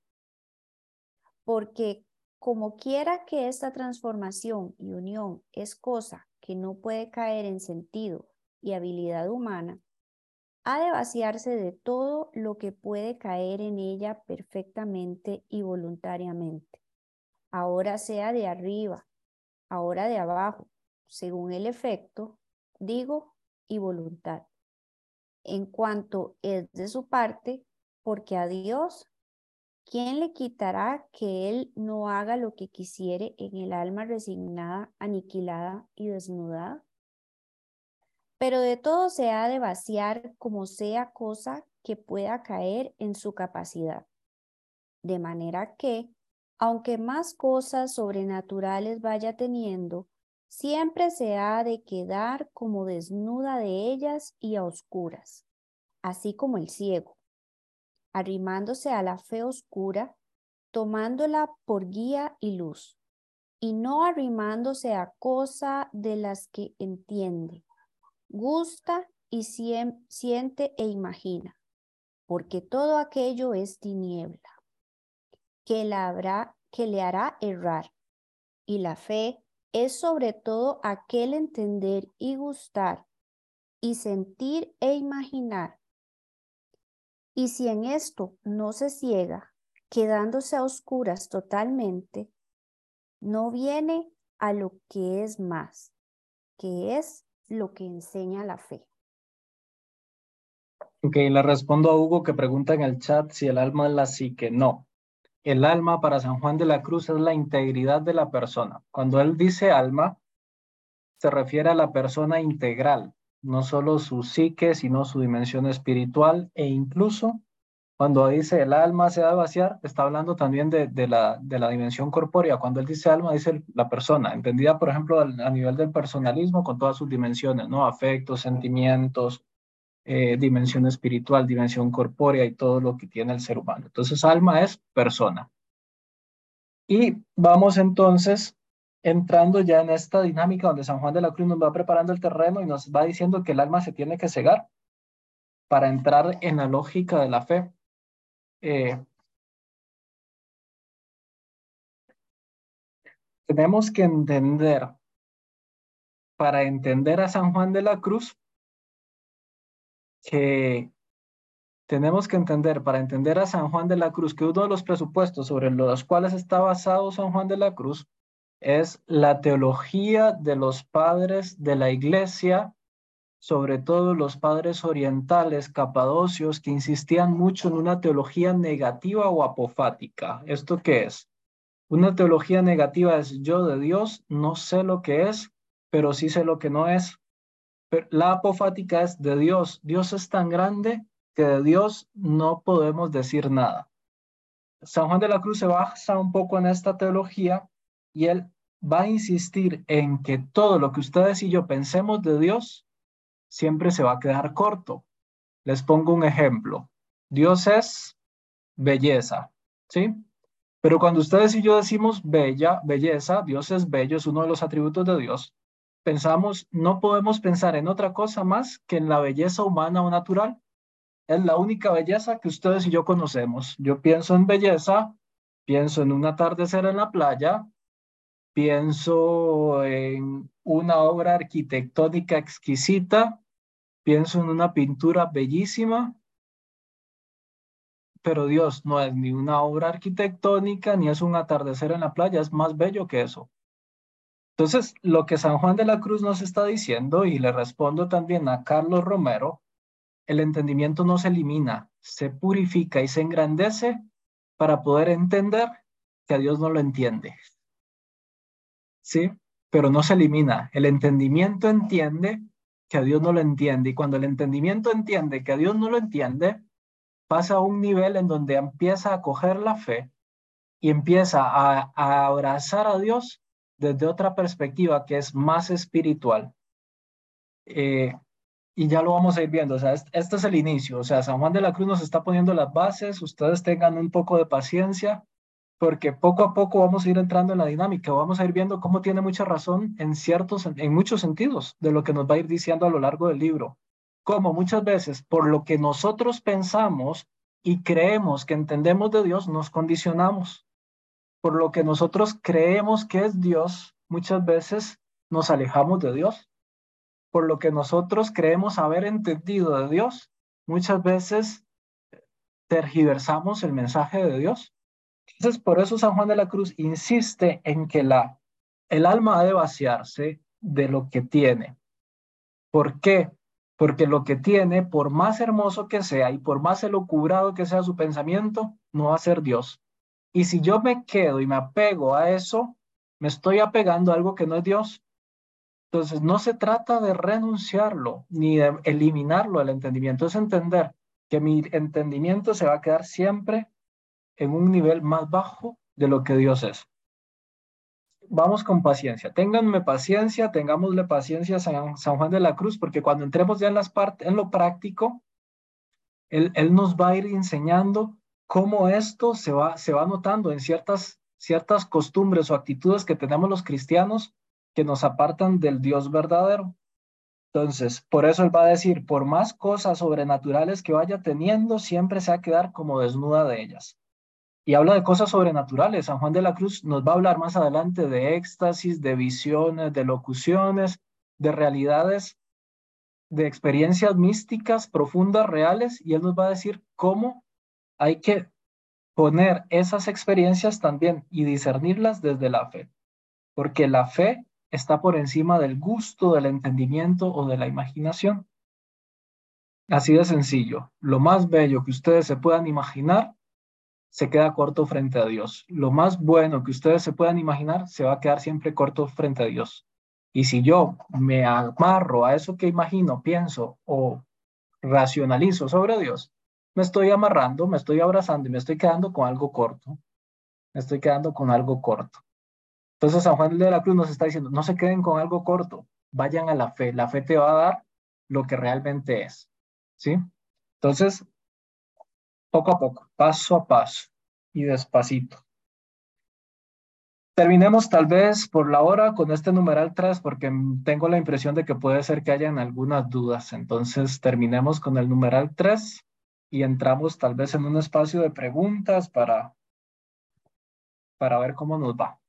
Porque como quiera que esta transformación y unión es cosa que no puede caer en sentido y habilidad humana, ha de vaciarse de todo lo que puede caer en ella perfectamente y voluntariamente, ahora sea de arriba, ahora de abajo, según el efecto, digo, y voluntad. En cuanto es de su parte, porque a Dios, ¿quién le quitará que Él no haga lo que quisiere en el alma resignada, aniquilada y desnudada? Pero de todo se ha de vaciar como sea cosa que pueda caer en su capacidad. De manera que, aunque más cosas sobrenaturales vaya teniendo, siempre se ha de quedar como desnuda de ellas y a oscuras, así como el ciego, arrimándose a la fe oscura, tomándola por guía y luz, y no arrimándose a cosa de las que entiende, gusta y siente e imagina, porque todo aquello es tiniebla, que, la habrá, que le hará errar, y la fe es sobre todo aquel entender y gustar y sentir e imaginar. Y si en esto no se ciega, quedándose a oscuras totalmente, no viene a lo que es más, que es lo que enseña la fe. Ok, le respondo a Hugo que pregunta en el chat si el alma es la psique. No. El alma para San Juan de la Cruz es la integridad de la persona. Cuando él dice alma, se refiere a la persona integral, no solo su psique, sino su dimensión espiritual, e incluso cuando dice el alma se ha de vaciar, está hablando también de, de, la, de la dimensión corpórea. Cuando él dice alma, dice la persona, entendida, por ejemplo, a nivel del personalismo con todas sus dimensiones, ¿no? Afectos, sentimientos, eh, dimensión espiritual, dimensión corpórea y todo lo que tiene el ser humano. Entonces, alma es persona. Y vamos entonces entrando ya en esta dinámica donde San Juan de la Cruz nos va preparando el terreno y nos va diciendo que el alma se tiene que cegar para entrar en la lógica de la fe. Eh, tenemos que entender, para entender a San Juan de la Cruz, que tenemos que entender, para entender a San Juan de la Cruz, que uno de los presupuestos sobre los cuales está basado San Juan de la Cruz es la teología de los padres de la Iglesia, sobre todo los padres orientales capadocios, que insistían mucho en una teología negativa o apofática. ¿Esto qué es? Una teología negativa es: yo de Dios no sé lo que es, pero sí sé lo que no es. Pero la apofática es: de Dios, Dios es tan grande que de Dios no podemos decir nada. San Juan de la Cruz se basa un poco en esta teología y él va a insistir en que todo lo que ustedes y yo pensemos de Dios siempre se va a quedar corto. Les pongo un ejemplo. Dios es belleza, ¿sí? Pero cuando ustedes y yo decimos bella, belleza, Dios es bello, es uno de los atributos de Dios, pensamos, no podemos pensar en otra cosa más que en la belleza humana o natural. Es la única belleza que ustedes y yo conocemos. Yo pienso en belleza, pienso en un atardecer en la playa, pienso en una obra arquitectónica exquisita, pienso en una pintura bellísima, pero Dios no es ni una obra arquitectónica, ni es un atardecer en la playa, es más bello que eso. Entonces, lo que San Juan de la Cruz nos está diciendo, y le respondo también a Carlos Romero, el entendimiento no se elimina, se purifica y se engrandece para poder entender que a Dios no lo entiende. ¿Sí? Pero no se elimina. El entendimiento entiende que a Dios no lo entiende. Y cuando el entendimiento entiende que a Dios no lo entiende, pasa a un nivel en donde empieza a coger la fe y empieza a, a abrazar a Dios desde otra perspectiva que es más espiritual. Eh, y ya lo vamos a ir viendo. O sea, este, este es el inicio. O sea, San Juan de la Cruz nos está poniendo las bases. Ustedes tengan un poco de paciencia, porque poco a poco vamos a ir entrando en la dinámica. Vamos a ir viendo cómo tiene mucha razón en ciertos, en muchos sentidos de lo que nos va a ir diciendo a lo largo del libro. Como muchas veces, por lo que nosotros pensamos y creemos que entendemos de Dios, nos condicionamos. Por lo que nosotros creemos que es Dios, muchas veces nos alejamos de Dios. Por lo que nosotros creemos haber entendido de Dios, muchas veces tergiversamos el mensaje de Dios. Entonces, por eso San Juan de la Cruz insiste en que la, el alma ha de vaciarse de lo que tiene. ¿Por qué? Porque lo que tiene, por más hermoso que sea y por más elucubrado que sea su pensamiento, no va a ser Dios. Y si yo me quedo y me apego a eso, me estoy apegando a algo que no es Dios. Entonces, no se trata de renunciarlo ni de eliminarlo del entendimiento, es entender que mi entendimiento se va a quedar siempre en un nivel más bajo de lo que Dios es. Vamos con paciencia, ténganme paciencia, tengámosle paciencia a San, San Juan de la Cruz, porque cuando entremos ya en las partes, en lo práctico, él, él nos va a ir enseñando cómo esto se va, se va notando en ciertas, ciertas costumbres o actitudes que tenemos los cristianos que nos apartan del Dios verdadero. Entonces, por eso él va a decir, por más cosas sobrenaturales que vaya teniendo, siempre se va a quedar como desnuda de ellas. Y habla de cosas sobrenaturales. San Juan de la Cruz nos va a hablar más adelante de éxtasis, de visiones, de locuciones, de realidades de experiencias místicas profundas, reales, y él nos va a decir cómo hay que poner esas experiencias también y discernirlas desde la fe, porque la fe está por encima del gusto, del entendimiento o de la imaginación. Así de sencillo. Lo más bello que ustedes se puedan imaginar se queda corto frente a Dios. Lo más bueno que ustedes se puedan imaginar se va a quedar siempre corto frente a Dios. Y si yo me amarro a eso que imagino, pienso o racionalizo sobre Dios, me estoy amarrando, me estoy abrazando y me estoy quedando con algo corto. Me estoy quedando con algo corto. Entonces San Juan de la Cruz nos está diciendo, no se queden con algo corto, vayan a la fe. La fe te va a dar lo que realmente es. ¿Sí? Entonces, poco a poco, paso a paso y despacito. Terminemos tal vez por la hora con este numeral tres porque tengo la impresión de que puede ser que hayan algunas dudas. Entonces terminemos con el numeral tres y entramos tal vez en un espacio de preguntas para, para ver cómo nos va.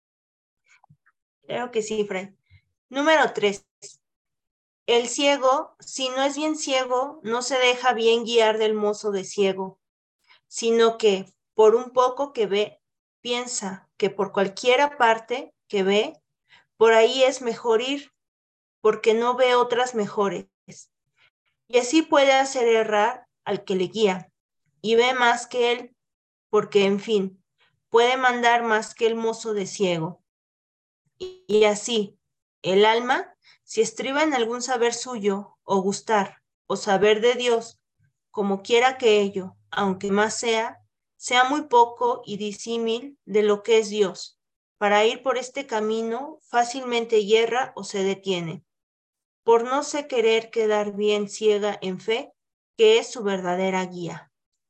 Creo que sí, Fray. Número tres. El ciego, si no es bien ciego, no se deja bien guiar del mozo de ciego, sino que por un poco que ve, piensa que por cualquiera parte que ve, por ahí es mejor ir, porque no ve otras mejores. Y así puede hacer errar al que le guía, y ve más que él, porque, en fin, puede mandar más que el mozo de ciego. Y, y así, el alma, si estriba en algún saber suyo, o gustar, o saber de Dios, como quiera que ello, aunque más sea, sea muy poco y disímil de lo que es Dios. Para ir por este camino fácilmente yerra o se detiene, por no se querer quedar bien ciega en fe, que es su verdadera guía.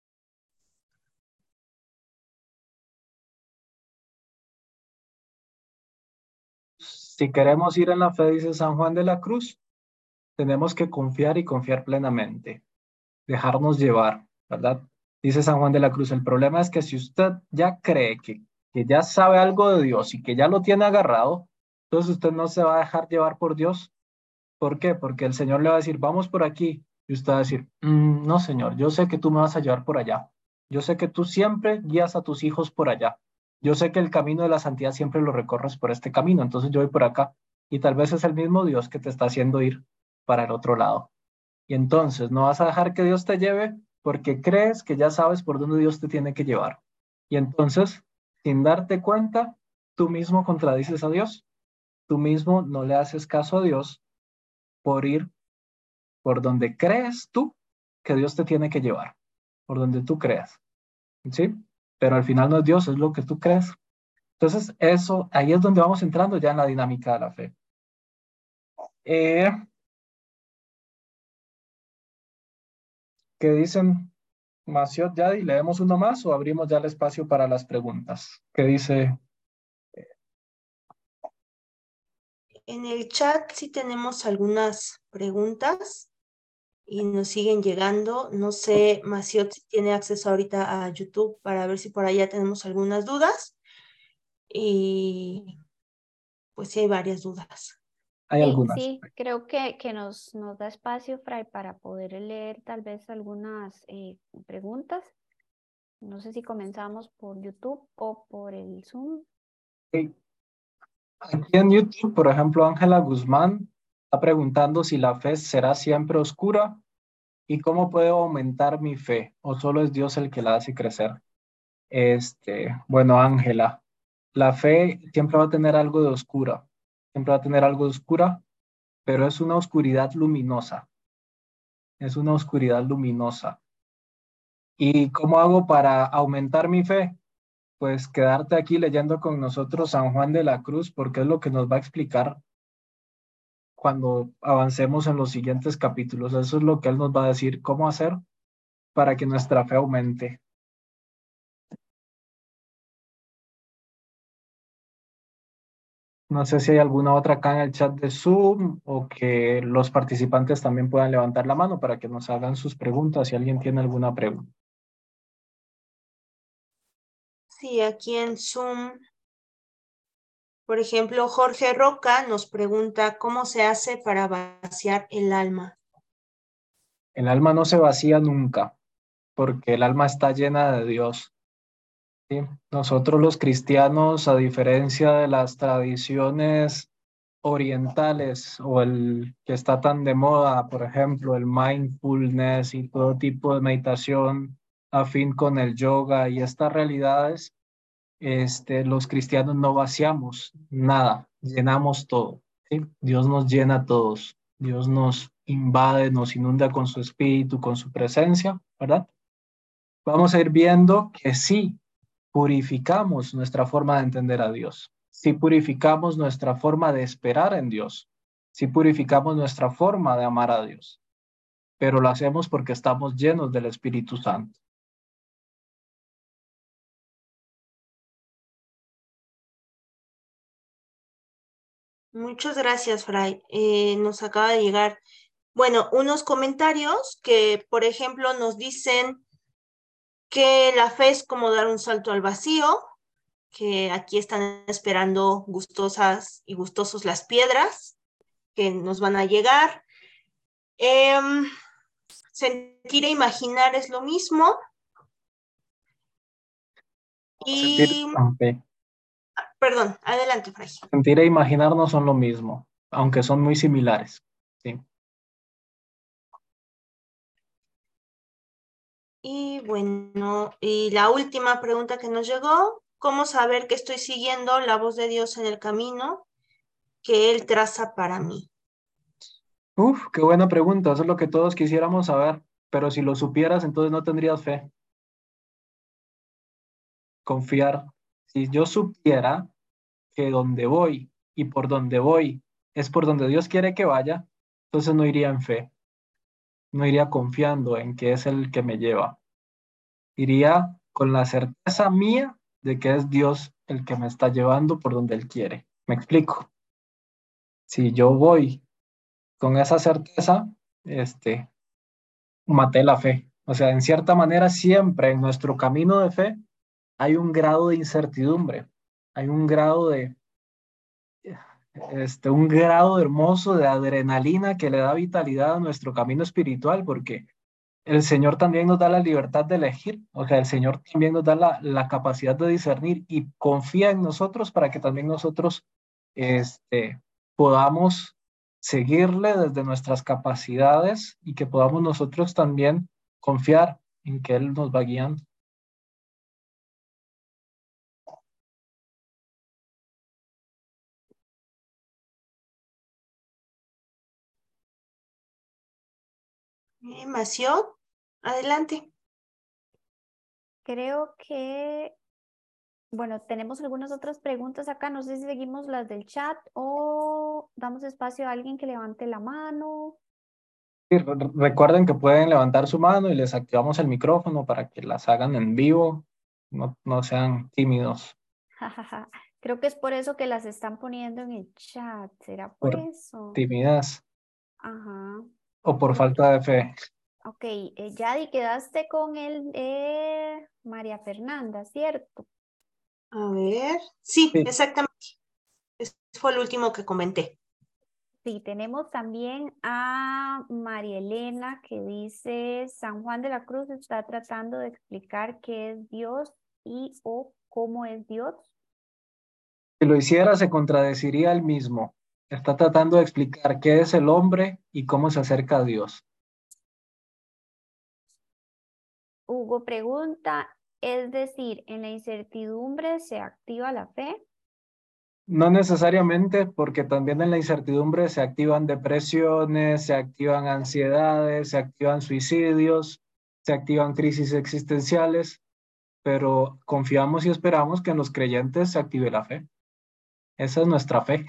Si queremos ir en la fe, dice San Juan de la Cruz, tenemos que confiar y confiar plenamente, dejarnos llevar, ¿verdad? Dice San Juan de la Cruz, el problema es que si usted ya cree que, que ya sabe algo de Dios y que ya lo tiene agarrado, entonces usted no se va a dejar llevar por Dios. ¿Por qué? Porque el Señor le va a decir, vamos por aquí, y usted va a decir, mm, no, Señor, yo sé que tú me vas a llevar por allá. Yo sé que tú siempre guías a tus hijos por allá. Yo sé que el camino de la santidad siempre lo recorres por este camino, entonces yo voy por acá. Y tal vez es el mismo Dios que te está haciendo ir para el otro lado. Y entonces no vas a dejar que Dios te lleve porque crees que ya sabes por dónde Dios te tiene que llevar. Y entonces, sin darte cuenta, tú mismo contradices a Dios. Tú mismo no le haces caso a Dios por ir por donde crees tú que Dios te tiene que llevar, por donde tú creas, ¿sí? Pero al final no es Dios, es lo que tú crees. Entonces, eso, ahí es donde vamos entrando ya en la dinámica de la fe. Eh, ¿Qué dicen Maciot, Yadi? ¿Leemos uno más o abrimos ya el espacio para las preguntas? ¿Qué dice? En el chat sí tenemos algunas preguntas y nos siguen llegando. No sé, Maciot, si tiene acceso ahorita a YouTube para ver si por allá tenemos algunas dudas. Y pues sí hay varias dudas. Hay Sí, algunas. sí, creo que, que nos, nos da espacio, Fray, para poder leer tal vez algunas eh, preguntas. No sé si comenzamos por YouTube o por el Zoom. Sí. Aquí en YouTube, por ejemplo, Ángela Guzmán está preguntando si la fe será siempre oscura y cómo puedo aumentar mi fe o solo es Dios el que la hace crecer. Este, bueno, Ángela, la fe siempre va a tener algo de oscura, siempre va a tener algo de oscura, pero es una oscuridad luminosa, es una oscuridad luminosa. ¿Y cómo hago para aumentar mi fe? Pues quedarte aquí leyendo con nosotros San Juan de la Cruz, porque es lo que nos va a explicar cuando avancemos en los siguientes capítulos. Eso es lo que él nos va a decir, cómo hacer para que nuestra fe aumente. No sé si hay alguna otra acá en el chat de Zoom o que los participantes también puedan levantar la mano para que nos hagan sus preguntas si alguien tiene alguna pregunta. Sí, aquí en Zoom, por ejemplo, Jorge Roca nos pregunta cómo se hace para vaciar el alma. El alma no se vacía nunca, porque el alma está llena de Dios. ¿Sí? Nosotros los cristianos, a diferencia de las tradiciones orientales o el que está tan de moda, por ejemplo, el mindfulness y todo tipo de meditación afín con el yoga y estas realidades, este, los cristianos no vaciamos nada, llenamos todo. ¿Sí? Dios nos llena a todos, Dios nos invade, nos inunda con su espíritu, con su presencia, ¿verdad? Vamos a ir viendo que sí, purificamos nuestra forma de entender a Dios, si purificamos nuestra forma de esperar en Dios, si purificamos nuestra forma de amar a Dios, pero lo hacemos porque estamos llenos del Espíritu Santo. Muchas gracias, Fray. Eh, nos acaba de llegar, bueno, unos comentarios que, por ejemplo, nos dicen que la fe es como dar un salto al vacío, que aquí están esperando gustosas y gustosos las piedras que nos van a llegar. Eh, sentir e imaginar es lo mismo. Sentir, Y, okay. Perdón, adelante, Fray. Sentir e imaginar no son lo mismo, aunque son muy similares. Sí. Y bueno, y la última pregunta que nos llegó, ¿cómo saber que estoy siguiendo la voz de Dios en el camino que Él traza para mí? Uf, qué buena pregunta, eso es lo que todos quisiéramos saber, pero si lo supieras, entonces no tendrías fe. Confiar. Si yo supiera que donde voy y por donde voy es por donde Dios quiere que vaya, entonces no iría en fe, no iría confiando en que es el que me lleva. Iría con la certeza mía de que es Dios el que me está llevando por donde Él quiere. ¿Me explico? Si yo voy con esa certeza, este, maté la fe. O sea, en cierta manera, siempre en nuestro camino de fe hay un grado de incertidumbre, hay un grado de, este, un grado hermoso de adrenalina que le da vitalidad a nuestro camino espiritual, porque el Señor también nos da la libertad de elegir, o sea, el Señor también nos da la, la capacidad de discernir y confía en nosotros para que también nosotros este, podamos seguirle desde nuestras capacidades y que podamos nosotros también confiar en que Él nos va guiando. Eh, Mació, adelante. Creo que, bueno, tenemos algunas otras preguntas acá. No sé si seguimos las del chat o damos espacio a alguien que levante la mano. Y re- recuerden que pueden levantar su mano y les activamos el micrófono para que las hagan en vivo, no, no sean tímidos Creo que es por eso que las están poniendo en el chat. ¿Será por por eso? timidez Ajá. o por Ok, falta de fe. ok, eh, Yadi, quedaste con el de María Fernanda, ¿cierto? A ver, sí, Sí. exactamente. Ese fue el último que comenté. Sí, tenemos también a María Elena que dice, San Juan de la Cruz está tratando de explicar qué es Dios y o cómo es Dios. Si lo hiciera, se contradeciría él mismo. Está tratando de explicar qué es el hombre y cómo se acerca a Dios. Hugo pregunta, es decir, ¿en la incertidumbre se activa la fe? No necesariamente, porque también en la incertidumbre se activan depresiones, se activan ansiedades, se activan suicidios, se activan crisis existenciales, pero confiamos y esperamos que en los creyentes se active la fe. Esa es nuestra fe.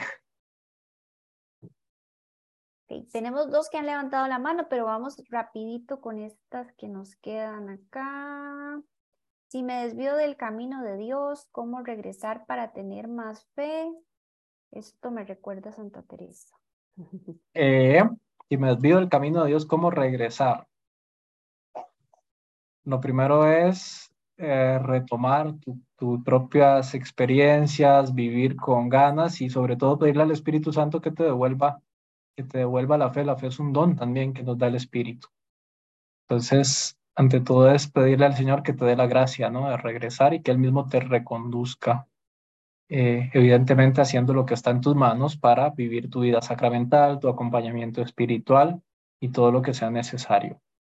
Ok, tenemos dos que han levantado la mano, pero vamos rapidito con estas que nos quedan acá. Si me desvío del camino de Dios, ¿cómo regresar para tener más fe? Esto me recuerda a Santa Teresa. Eh, si me desvío del camino de Dios, ¿cómo regresar? Lo primero es eh, retomar tu- tus propias experiencias, vivir con ganas y sobre todo pedirle al Espíritu Santo que te devuelva, que te devuelva la fe. La fe es un don también que nos da el Espíritu. Entonces, ante todo es pedirle al Señor que te dé la gracia, ¿no? De regresar y que Él mismo te reconduzca, eh, evidentemente haciendo lo que está en tus manos para vivir tu vida sacramental, tu acompañamiento espiritual y todo lo que sea necesario.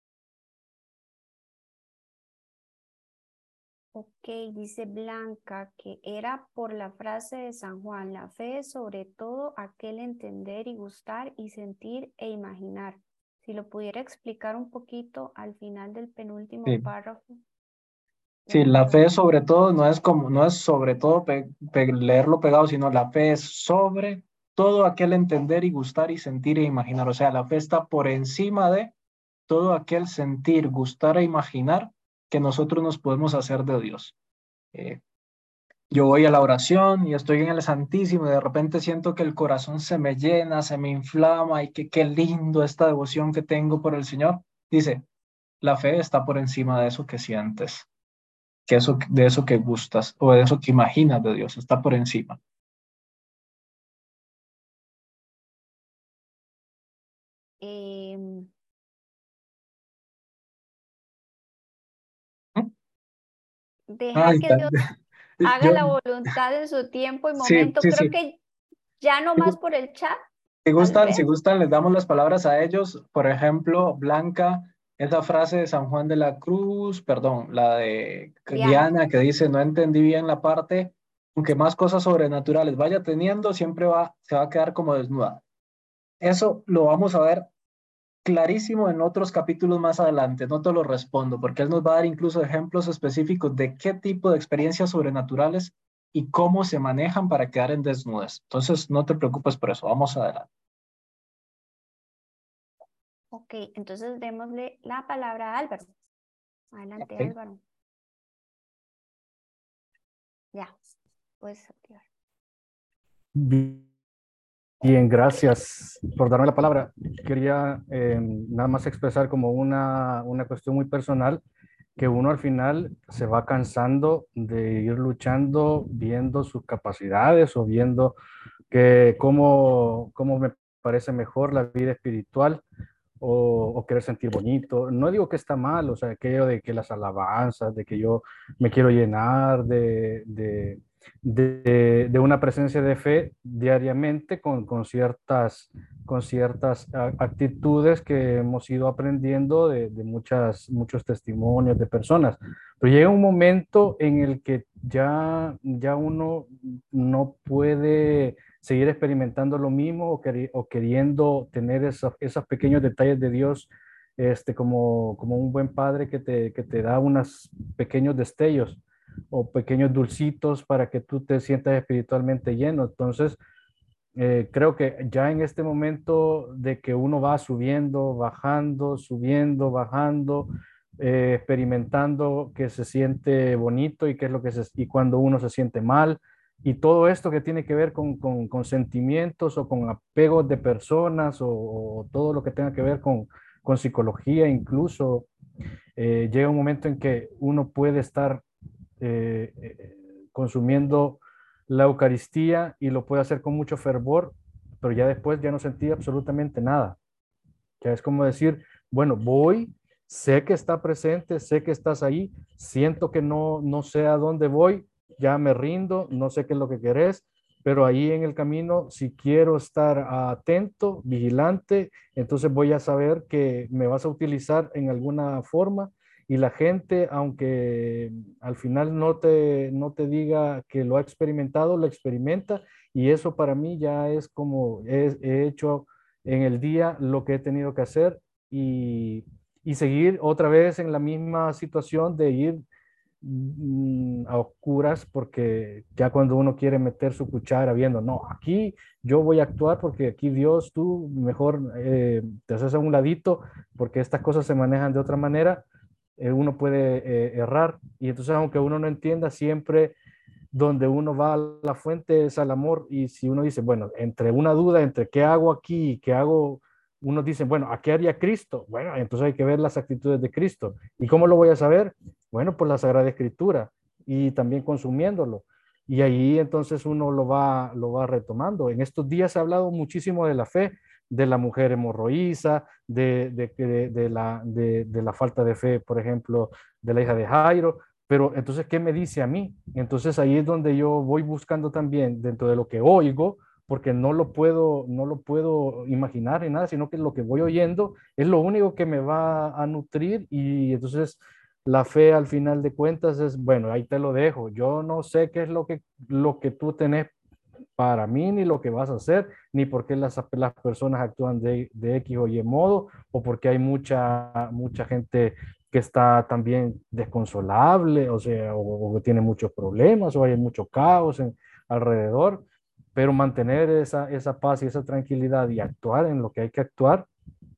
Ok, dice Blanca que era por la frase de San Juan, la fe es sobre todo aquel entender y gustar y sentir e imaginar. Si lo pudiera explicar un poquito al final del penúltimo Sí. párrafo. Sí, Ya, la fe gracias. sobre todo no es como, no es sobre todo pe- pe- leerlo pegado, sino la fe es sobre todo aquel entender y gustar y sentir e imaginar. O sea, la fe está por encima de todo aquel sentir, gustar e imaginar que nosotros nos podemos hacer de Dios. Eh, yo voy a la oración y estoy en el Santísimo y de repente siento que el corazón se me llena, se me inflama y que qué lindo esta devoción que tengo por el Señor. Dice, la fe está por encima de eso que sientes, que eso, de eso que gustas o de eso que imaginas de Dios, está por encima. Em, ¿Mm? dejar Ay, que tan- Dios haga yo, la voluntad en su tiempo y sí, momento. sí, Creo sí. que ya no más por el chat, Si tal gustan, vez. si gustan, les damos las palabras a ellos. Por ejemplo, Blanca, esa frase de San Juan de la Cruz, perdón, la de Diana. Diana que dice, no entendí bien la parte, aunque más cosas sobrenaturales vaya teniendo, siempre va, se va a quedar como desnuda. Eso lo vamos a ver clarísimo en otros capítulos más adelante, no te lo respondo, porque él nos va a dar incluso ejemplos específicos de qué tipo de experiencias sobrenaturales y cómo se manejan para quedar en desnudez. Entonces, no te preocupes por eso, vamos adelante. Ok, entonces démosle la palabra a Álvaro. Adelante, Ok. Álvaro. Ya, puedes activar. Bien, gracias por darme la palabra. Quería eh, nada más expresar como una, una cuestión muy personal, que uno al final se va cansando de ir luchando, viendo sus capacidades o viendo que cómo, cómo me parece mejor la vida espiritual o, o querer sentir bonito. No digo que está mal, o sea, aquello de que las alabanzas, de que yo me quiero llenar de, de, de, de una presencia de fe diariamente con, con ciertas, con ciertas a- actitudes que hemos ido aprendiendo de, de muchas, muchos testimonios de personas. Pero llega un momento en el que ya, ya uno no puede seguir experimentando lo mismo o, queri- o queriendo tener esos, esos pequeños detalles de Dios, este, como, como un buen padre que te, que te da unos pequeños destellos o pequeños dulcitos para que tú te sientas espiritualmente lleno. Entonces, eh, creo que ya en este momento de que uno va subiendo, bajando, subiendo, bajando, eh, experimentando que se siente bonito y qué es lo que se, y cuando uno se siente mal, y todo esto que tiene que ver con, con, con sentimientos o con apegos de personas o, o todo lo que tenga que ver con, con psicología, incluso eh, llega un momento en que uno puede estar eh, eh, consumiendo la Eucaristía y lo puede hacer con mucho fervor, pero ya después ya no sentí absolutamente nada. Ya es como decir, bueno, voy, sé que está presente, sé que estás ahí, siento que no, no sé a dónde voy, ya me rindo, no sé qué es lo que querés, pero ahí en el camino, si quiero estar atento, vigilante, entonces voy a saber que me vas a utilizar en alguna forma y la gente, aunque al final no te, no te diga que lo ha experimentado, lo experimenta y eso para mí ya es como he, he hecho en el día lo que he tenido que hacer y, y seguir otra vez en la misma situación de ir mm, a oscuras, porque ya cuando uno quiere meter su cuchara viendo, no, aquí yo voy a actuar porque aquí Dios, tú mejor eh, te haces a un ladito porque estas cosas se manejan de otra manera, eh, uno puede eh, errar y entonces aunque uno no entienda siempre donde uno va a la fuente es al amor y si uno dice, bueno, entre una duda entre qué hago aquí y qué hago, uno dice, bueno, ¿a qué haría Cristo? Bueno, entonces hay que ver las actitudes de Cristo. ¿Y cómo lo voy a saber? Bueno, por la Sagrada Escritura y también consumiéndolo. Y ahí entonces uno lo va, lo va retomando. En estos días se ha hablado muchísimo de la fe, de la mujer hemorroísa, de, de, de, de, la, de, de la falta de fe, por ejemplo, de la hija de Jairo. Pero entonces, ¿qué me dice a mí? Entonces ahí es donde yo voy buscando también dentro de lo que oigo, porque no lo puedo, no lo puedo imaginar ni nada, sino que lo que voy oyendo es lo único que me va a nutrir. Y entonces la fe al final de cuentas es, bueno, ahí te lo dejo. Yo no sé qué es lo que, lo que tú tenés para mí, ni lo que vas a hacer, ni por qué las, las personas actúan de, de X o Y modo, o porque hay mucha, mucha gente que está también desconsolable, o sea, o, o que tiene muchos problemas, o hay mucho caos en, alrededor, pero mantener esa, esa paz y esa tranquilidad y actuar en lo que hay que actuar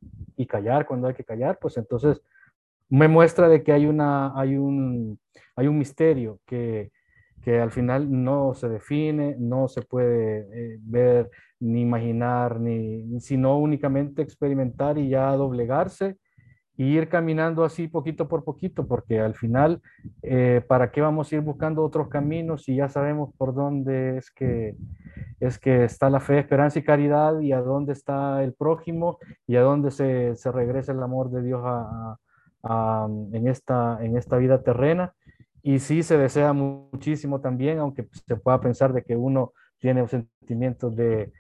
y callar cuando hay que callar, pues entonces me muestra de que hay, una, hay, un, hay un misterio que, que al final no se define, no se puede eh, ver, ni imaginar, ni, sino únicamente experimentar y ya doblegarse y ir caminando así poquito por poquito, porque al final, eh, ¿para qué vamos a ir buscando otros caminos si ya sabemos por dónde es que, es que está la fe, esperanza y caridad, y a dónde está el prójimo, y a dónde se, se regresa el amor de Dios a, a, a, en, esta, en esta vida terrena? Y sí se desea muchísimo también, aunque se pueda pensar de que uno tiene sentimientos de,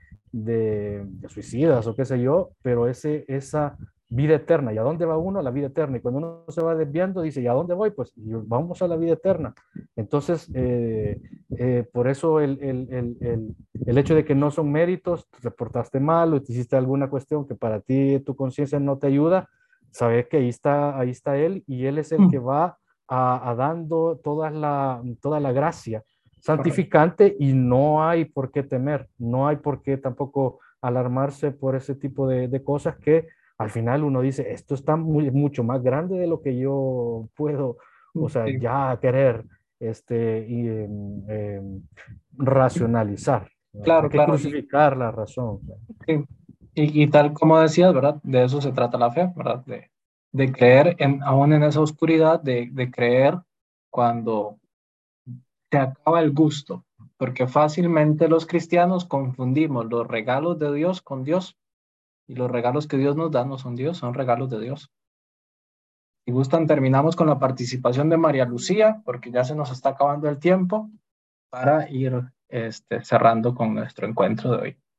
de, de suicidas o qué sé yo, pero ese, esa vida eterna. ¿Y a dónde va uno? A la vida eterna. Y cuando uno se va desviando, dice, ¿y a dónde voy? Pues vamos a la vida eterna. Entonces, eh, eh, por eso el, el, el, el, el hecho de que no son méritos, te portaste mal o te hiciste alguna cuestión que para ti tu conciencia no te ayuda, sabes que ahí está, ahí está Él, y Él es el que va a, a dando toda la, toda la gracia santificante, y no hay por qué temer, no hay por qué tampoco alarmarse por ese tipo de, de cosas que al final uno dice, esto está muy, mucho más grande de lo que yo puedo, o sea, Sí, ya querer este, y, em, em, racionalizar. ¿Verdad? Hay claro, que claro. Y, crucificar la razón. sí, y, y tal como decías, ¿verdad? De eso se trata la fe, ¿verdad? De, de creer en, aún en esa oscuridad, de, de creer cuando te acaba el gusto, porque fácilmente los cristianos confundimos los regalos de Dios con Dios, y los regalos que Dios nos da no son Dios, son regalos de Dios. Si gustan, terminamos con la participación de María Lucía, porque ya se nos está acabando el tiempo para ir este, cerrando con nuestro encuentro de hoy.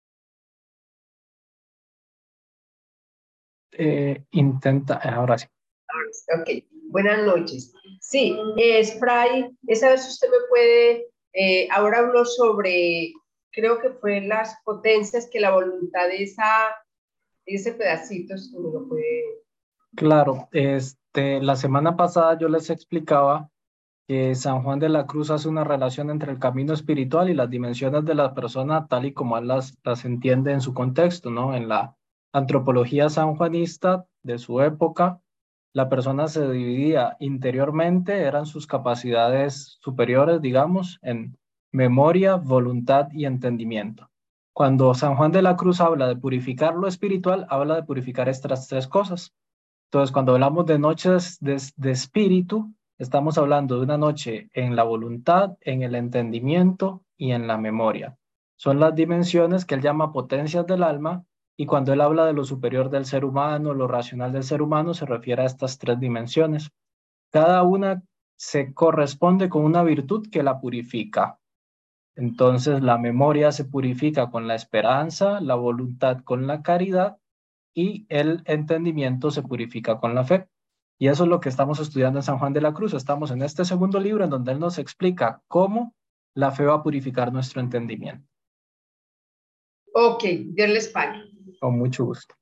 Eh, intenta, ahora sí. Ok, buenas noches. Sí, es Fray, esa vez usted me puede, eh, ahora habló sobre, creo que fue las potencias que la voluntad de esa, ese pedacito, si me lo puede... Claro, este, la semana pasada yo les explicaba que San Juan de la Cruz hace una relación entre el camino espiritual y las dimensiones de la persona tal y como él las, las entiende en su contexto, ¿no? En la antropología sanjuanista de su época, la persona se dividía interiormente, eran sus capacidades superiores, digamos, en memoria, voluntad y entendimiento. Cuando San Juan de la Cruz habla de purificar lo espiritual, habla de purificar estas tres cosas. Entonces, cuando hablamos de noches de, de espíritu, estamos hablando de una noche en la voluntad, en el entendimiento y en la memoria. Son las dimensiones que él llama potencias del alma, y cuando él habla de lo superior del ser humano, lo racional del ser humano, se refiere a estas tres dimensiones. Cada una se corresponde con una virtud que la purifica. Entonces, la memoria se purifica con la esperanza, la voluntad con la caridad, y el entendimiento se purifica con la fe. Y eso es lo que estamos estudiando en San Juan de la Cruz. Estamos en este segundo libro en donde él nos explica cómo la fe va a purificar nuestro entendimiento. Ok, Dios les pague. Con mucho gusto.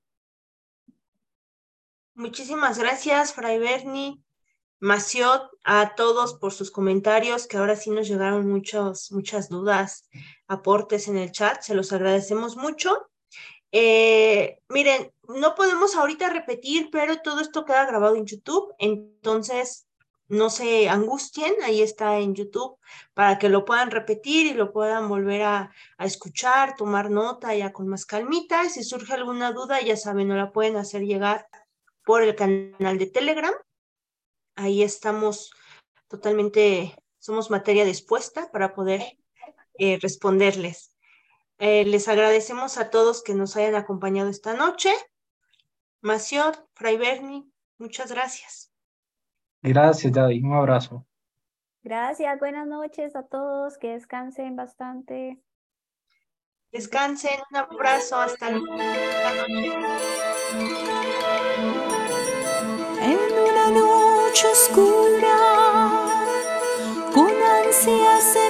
Muchísimas gracias, Fray Berni, Maciot, a todos por sus comentarios, que ahora sí nos llegaron muchos, muchas dudas, aportes en el chat, se los agradecemos mucho. Eh, miren, no podemos ahorita repetir, pero todo esto queda grabado en YouTube, entonces no se angustien, ahí está en YouTube para que lo puedan repetir y lo puedan volver a, a escuchar, tomar nota ya con más calmita. Si surge alguna duda, ya saben, no la pueden hacer llegar por el canal de Telegram. Ahí estamos totalmente, somos materia dispuesta para poder eh, responderles. Eh, les agradecemos a todos que nos hayan acompañado esta noche. Maciot, Fray Berni, muchas gracias. Gracias, Yadi. Un abrazo. Gracias, buenas noches a todos, que descansen bastante. Descansen, un abrazo, hasta luego. En una noche oscura, con ansias